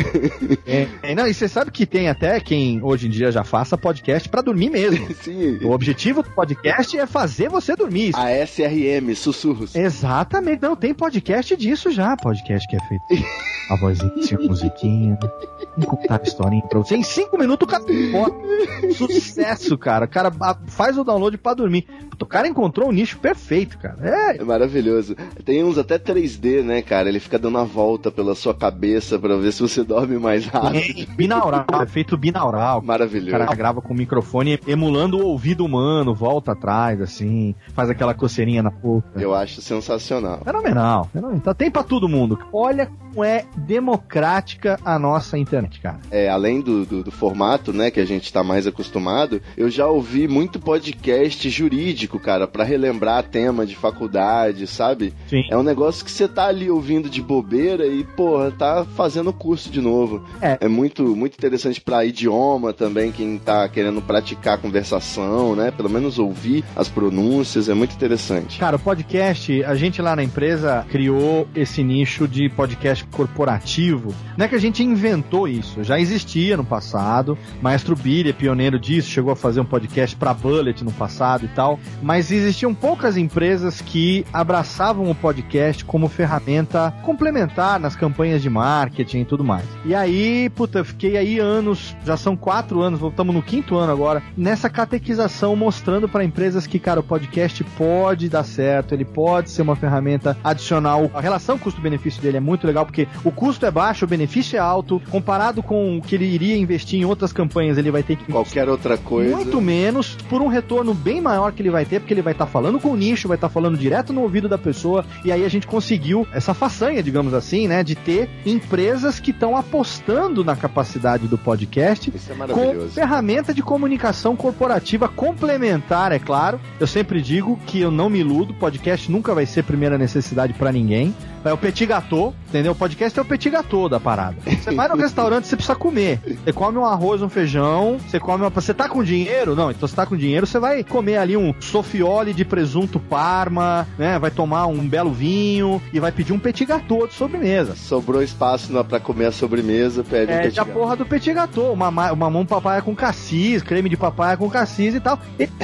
Não, e você sabe que tem até quem hoje em dia já faça podcast pra dormir mesmo. Sim. O objetivo do podcast é fazer você dormir. A SRM, sussurros. Exatamente. Não, tem podcast disso já. Podcast que é feito a vozinha, musiquinha, contar a historinha pra você. Em 5 minutos o cara bota. Sucesso, cara. O cara faz o download pra dormir. O cara encontrou o nicho perfeito, cara. É maravilhoso. Tem uns até 3D, né, cara? Ele fica dando a volta pela sua cabeça pra ver se você dorme mais rápido. Binaural, efeito binaural. Maravilhoso. O cara grava com o microfone emulando o ouvido humano, volta atrás, assim, faz aquela coceirinha na boca. Eu acho sensacional. Fenomenal. Então tem pra todo mundo. Olha como é democrática a nossa internet, cara. Além do formato, né, que a gente tá mais acostumado, eu já ouvi muito podcast jurídico, cara, pra relembrar tema de faculdade, sabe? Sim. É um negócio que você tá ali ouvindo de bobeira e, porra, tá fazendo curso de novo. É muito, muito interessante pra idioma também, quem tá querendo praticar conversação, né? Pelo menos ouvir as pronúncias, é muito interessante. Cara, o podcast, a gente lá na empresa criou esse nicho de podcast corporativo. Não é que a gente inventou isso, já existia no passado. Maestro Billy é pioneiro disso, chegou a fazer um podcast pra Bullet no passado e tal, mas existiam poucas empresas que abraçavam o podcast como ferramenta complementar nas campanhas de marketing e tudo mais. E aí, puta, fiquei aí anos, já são 4 anos, estamos no 5º ano agora, nessa catequização, mostrando para empresas que, cara, o podcast pode dar certo, ele pode ser uma ferramenta adicional. A relação custo-benefício dele é muito legal, porque o custo é baixo, o benefício é alto, comparado com o que ele iria investir em outras campanhas, ele vai ter que qualquer outra coisa, muito menos, por um retorno bem maior que ele vai ter, porque ele vai estar falando com o nicho, vai estar falando direto no ouvido da pessoa, e aí a gente conseguiu essa façanha, digamos assim, né, de ter empresas que estão apostando na capacidade do podcast. Isso é maravilhoso. Com ferramenta de comunicação corporativa complementar, é claro. Eu sempre digo que eu não me iludo, podcast nunca vai ser primeira necessidade pra ninguém. É o petit gâteau, entendeu? O podcast é o petit gâteau da parada. Você vai no restaurante, você precisa comer. Você come um arroz, um feijão, você tá com dinheiro? Não, então você tá com dinheiro, você vai comer ali um sofiole de presunto parma, né? Vai tomar um belo vinho e vai pedir um petit gâteau de sobremesa. Sobrou espaço pra comer a sobremesa, pede um petit gâteau. A porra do petit gâteau, uma mão papaya com cassis, creme de papaya com cassis e tal.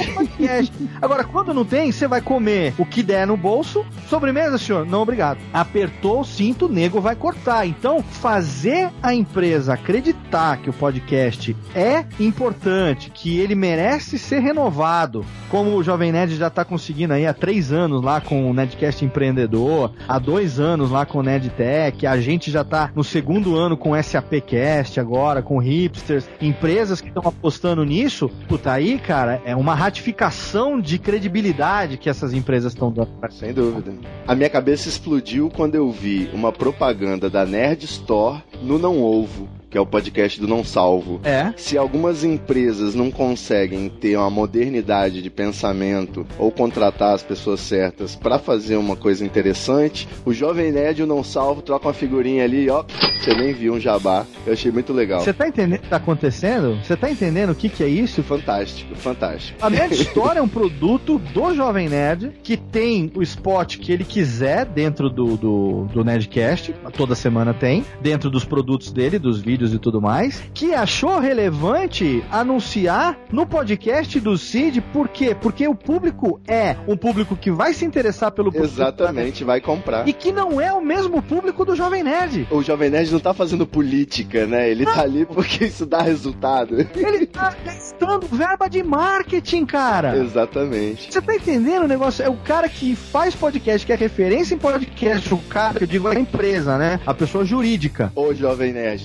Agora, quando não tem, você vai comer o que der no bolso. Sobremesa, senhor? Não, obrigado. Apertou o cinto, o nego vai cortar. Então, fazer a empresa acreditar que o podcast é importante, que ele merece ser renovado, como o Jovem Nerd já tá conseguindo aí há 3 anos lá com o Nerdcast Empreendedor, há 2 anos lá com o Nerdtech, a gente já tá no 2º ano com o SAPcast agora, com Hipsters, empresas que estão apostando nisso. Puta, aí, cara, é uma ratificação de credibilidade que essas empresas estão dando. Sem dúvida. A minha cabeça explodiu quando eu vi uma propaganda da Nerd Store no Não Ovo, que é o podcast do Não Salvo. Se algumas empresas não conseguem ter uma modernidade de pensamento ou contratar as pessoas certas pra fazer uma coisa interessante, o Jovem Nerd e o Não Salvo trocam uma figurinha ali, ó, você nem viu um jabá. Eu achei muito legal. Você tá entendendo o que tá acontecendo? Você tá entendendo o que é isso? Fantástico, fantástico. A Nerd Store é um produto do Jovem Nerd que tem o spot que ele quiser dentro do Nerdcast, toda semana tem, dentro dos produtos dele, dos vídeos e tudo mais, que achou relevante anunciar no podcast do Cid. Por quê? Porque o público é um público que vai se interessar pelo produto. Exatamente, vai comprar. E que não é o mesmo público do Jovem Nerd. O Jovem Nerd não tá fazendo política, né? Ele tá ali porque isso dá resultado. Ele tá gastando verba de marketing, cara. Exatamente. Você tá entendendo o negócio? É o cara que faz podcast, que é referência em podcast, o cara, que eu digo, é a empresa, né? A pessoa jurídica. O Jovem Nerd, né? Aquelas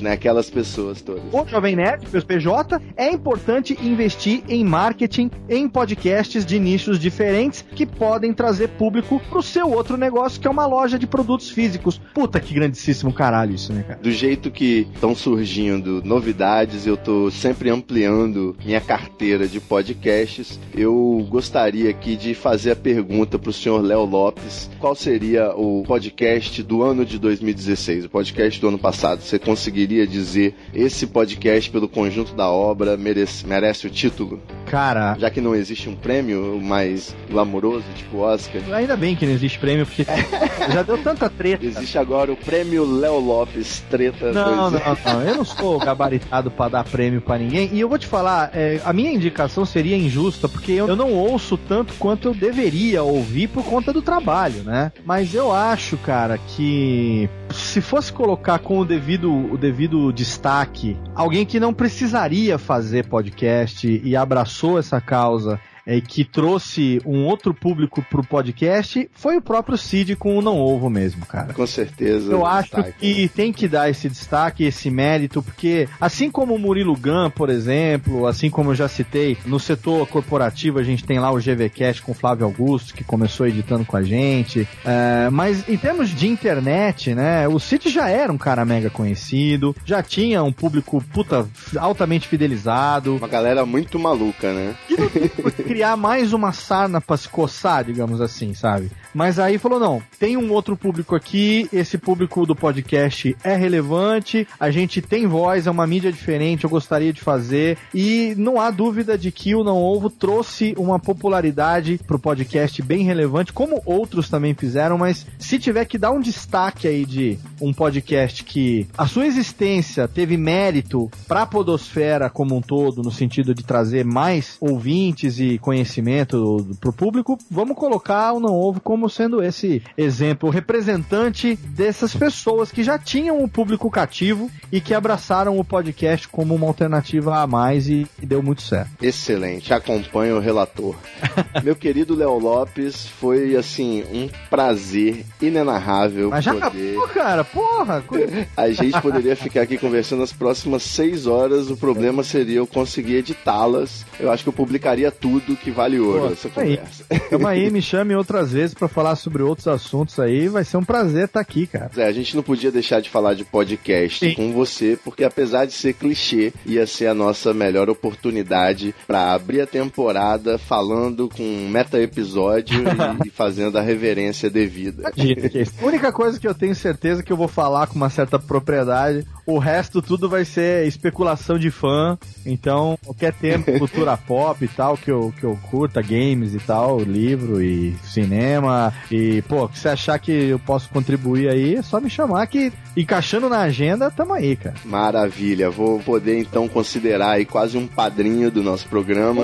das pessoas todas. O Jovem Nerd, o PJ, é importante investir em marketing, em podcasts de nichos diferentes que podem trazer público pro seu outro negócio, que é uma loja de produtos físicos. Puta que grandíssimo caralho isso, né, cara? Do jeito que estão surgindo novidades, eu tô sempre ampliando minha carteira de podcasts. Eu gostaria aqui de fazer a pergunta pro senhor Léo Lopes: qual seria o podcast do ano de 2016, o podcast do ano passado? Você conseguiria dizer, esse podcast, pelo conjunto da obra, merece o título? Cara... Já que não existe um prêmio mais glamouroso, tipo Oscar. Ainda bem que não existe prêmio, porque já deu tanta treta. Existe agora o prêmio Léo Lopes Treta. Não, eu não sou gabaritado pra dar prêmio pra ninguém. E eu vou te falar, a minha indicação seria injusta, porque eu não ouço tanto quanto eu deveria ouvir por conta do trabalho, né? Mas eu acho, cara, que se fosse colocar com o devido destaque alguém que não precisaria fazer podcast e abraçou essa causa, que trouxe um outro público pro podcast, foi o próprio Cid com o Não Ovo mesmo, cara. Com certeza. Eu acho que tem que dar esse destaque, esse mérito, porque assim como o Murilo Gun, por exemplo, assim como eu já citei, no setor corporativo a gente tem lá o GVCast com o Flávio Augusto, que começou editando com a gente, mas em termos de internet, né, o Cid já era um cara mega conhecido, já tinha um público, altamente fidelizado. Uma galera muito maluca, né? E não tem por que criar mais uma sarna pra se coçar, digamos assim, sabe? Mas aí falou, não, tem um outro público aqui, esse público do podcast é relevante, a gente tem voz, é uma mídia diferente, eu gostaria de fazer, e não há dúvida de que o Não Ovo trouxe uma popularidade pro podcast bem relevante, como outros também fizeram, mas se tiver que dar um destaque aí de um podcast que a sua existência teve mérito pra podosfera como um todo, no sentido de trazer mais ouvintes e conhecimento pro público, vamos colocar o Não Ovo como sendo esse exemplo, o representante dessas pessoas que já tinham um público cativo e que abraçaram o podcast como uma alternativa a mais e deu muito certo. Excelente, acompanho o relator. Meu querido Léo Lopes, foi assim, um prazer inenarrável. Mas já acabou, cara, porra! A gente poderia ficar aqui conversando as próximas 6 horas, o problema seria eu conseguir editá-las. Eu acho que eu publicaria tudo que vale ouro essa conversa. Tamo aí, me chame outras vezes pra falar sobre outros assuntos aí, vai ser um prazer estar aqui, cara. A gente não podia deixar de falar de podcast com você, porque apesar de ser clichê, ia ser a nossa melhor oportunidade pra abrir a temporada falando com um meta-episódio e fazendo a reverência devida. A única coisa que eu tenho certeza que eu vou falar com uma certa propriedade, o resto tudo vai ser especulação de fã, então qualquer tempo, cultura pop e tal, que eu curta, games e tal, livro e cinema, e pô, se você achar que eu posso contribuir aí, é só me chamar que encaixando na agenda, tamo aí, cara. Maravilha, vou poder então considerar aí quase um padrinho do nosso programa.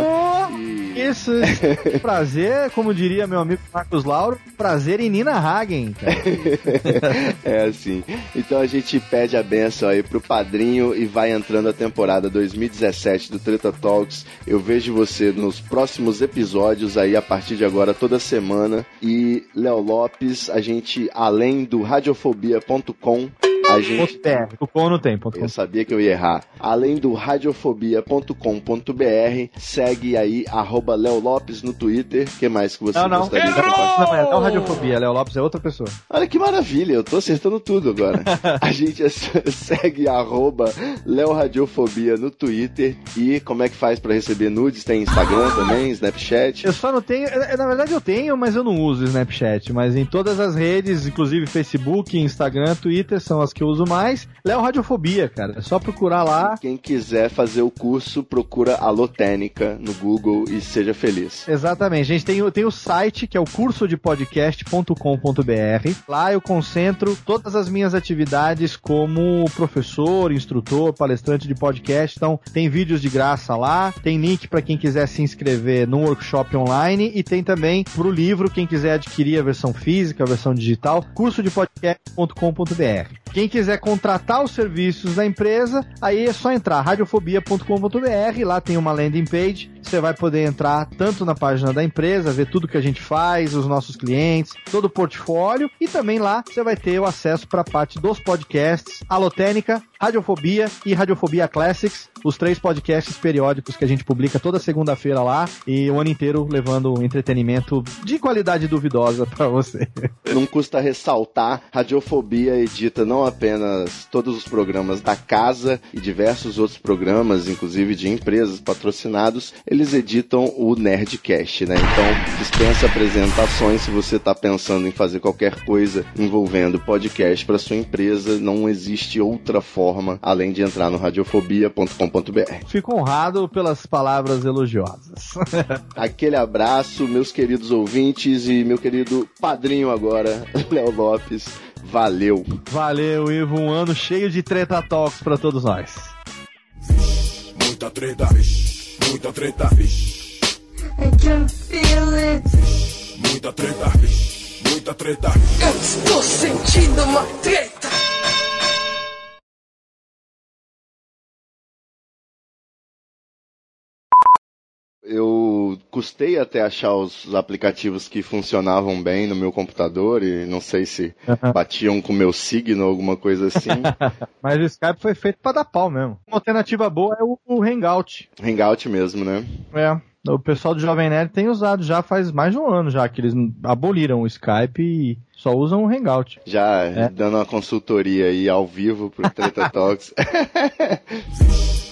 Isso, prazer, como diria meu amigo Marcos Lauro, prazer em Nina Hagen, cara. É assim. Então a gente pede a benção aí pro padrinho e vai entrando a temporada 2017 do Treta Talks. Eu vejo você nos próximos episódios aí a partir de agora, toda semana. E Léo Lopes, a gente, além do radiofobia.com, a gente... não tem. Eu sabia que eu ia errar. Além do radiofobia.com.br, segue aí @Léo Lopes no Twitter. O que mais que você gostaria de compartilhar? Não, é o Radiofobia. Léo Lopes é outra pessoa. Olha que maravilha, eu tô acertando tudo agora. A gente segue @Léo Radiofobia no Twitter. E como é que faz pra receber nudes? Tem Instagram também, Snapchat? Eu só não tenho, na verdade eu tenho, mas eu não uso o Snapchat. Mas em todas as redes, inclusive Facebook, Instagram, Twitter, são as que eu uso mais. Léo Radiofobia, cara. É só procurar lá. Quem quiser fazer o curso, procura Alotênica no Google e seja feliz. Exatamente. A gente tem o site, que é o cursodepodcast.com.br. Lá eu concentro todas as minhas atividades como professor, instrutor, palestrante de podcast. Então, tem vídeos de graça lá. Tem link para quem quiser se inscrever no workshop online. E tem também pro livro, quem quiser adquirir a versão física, a versão digital, cursodepodcast.com.br. Quem Quem quiser contratar os serviços da empresa, aí é só entrar radiofobia.com.br, lá tem uma landing page, você vai poder entrar tanto na página da empresa, ver tudo que a gente faz, os nossos clientes, todo o portfólio, e também lá você vai ter o acesso para a parte dos podcasts, Alotênica, Radiofobia e Radiofobia Classics, os 3 podcasts periódicos que a gente publica toda segunda-feira lá, e o ano inteiro levando entretenimento de qualidade duvidosa para você. Não custa ressaltar, Radiofobia edita não apenas todos os programas da casa e diversos outros programas, inclusive de empresas patrocinados, eles editam o Nerdcast, né? Então, dispensa apresentações. Se você está pensando em fazer qualquer coisa envolvendo podcast para sua empresa, não existe outra forma além de entrar no radiofobia.com.br. Fico honrado pelas palavras elogiosas. Aquele abraço, meus queridos ouvintes e meu querido padrinho agora, Léo Lopes. Valeu. Valeu, Ivo. Um ano cheio de treta talks pra todos nós. Muita treta, muita treta, I can feel it. muita treta, muita treta. Eu estou sentindo uma treta. Eu custei até achar os aplicativos que funcionavam bem no meu computador e não sei se batiam com o meu signo ou alguma coisa assim. Mas o Skype foi feito pra dar pau mesmo. Uma alternativa boa é o Hangout. Hangout mesmo, né? É. O pessoal do Jovem Nerd tem usado já faz mais de um ano já, que eles aboliram o Skype e só usam o Hangout. Já dando uma consultoria aí ao vivo pro Treta Talks.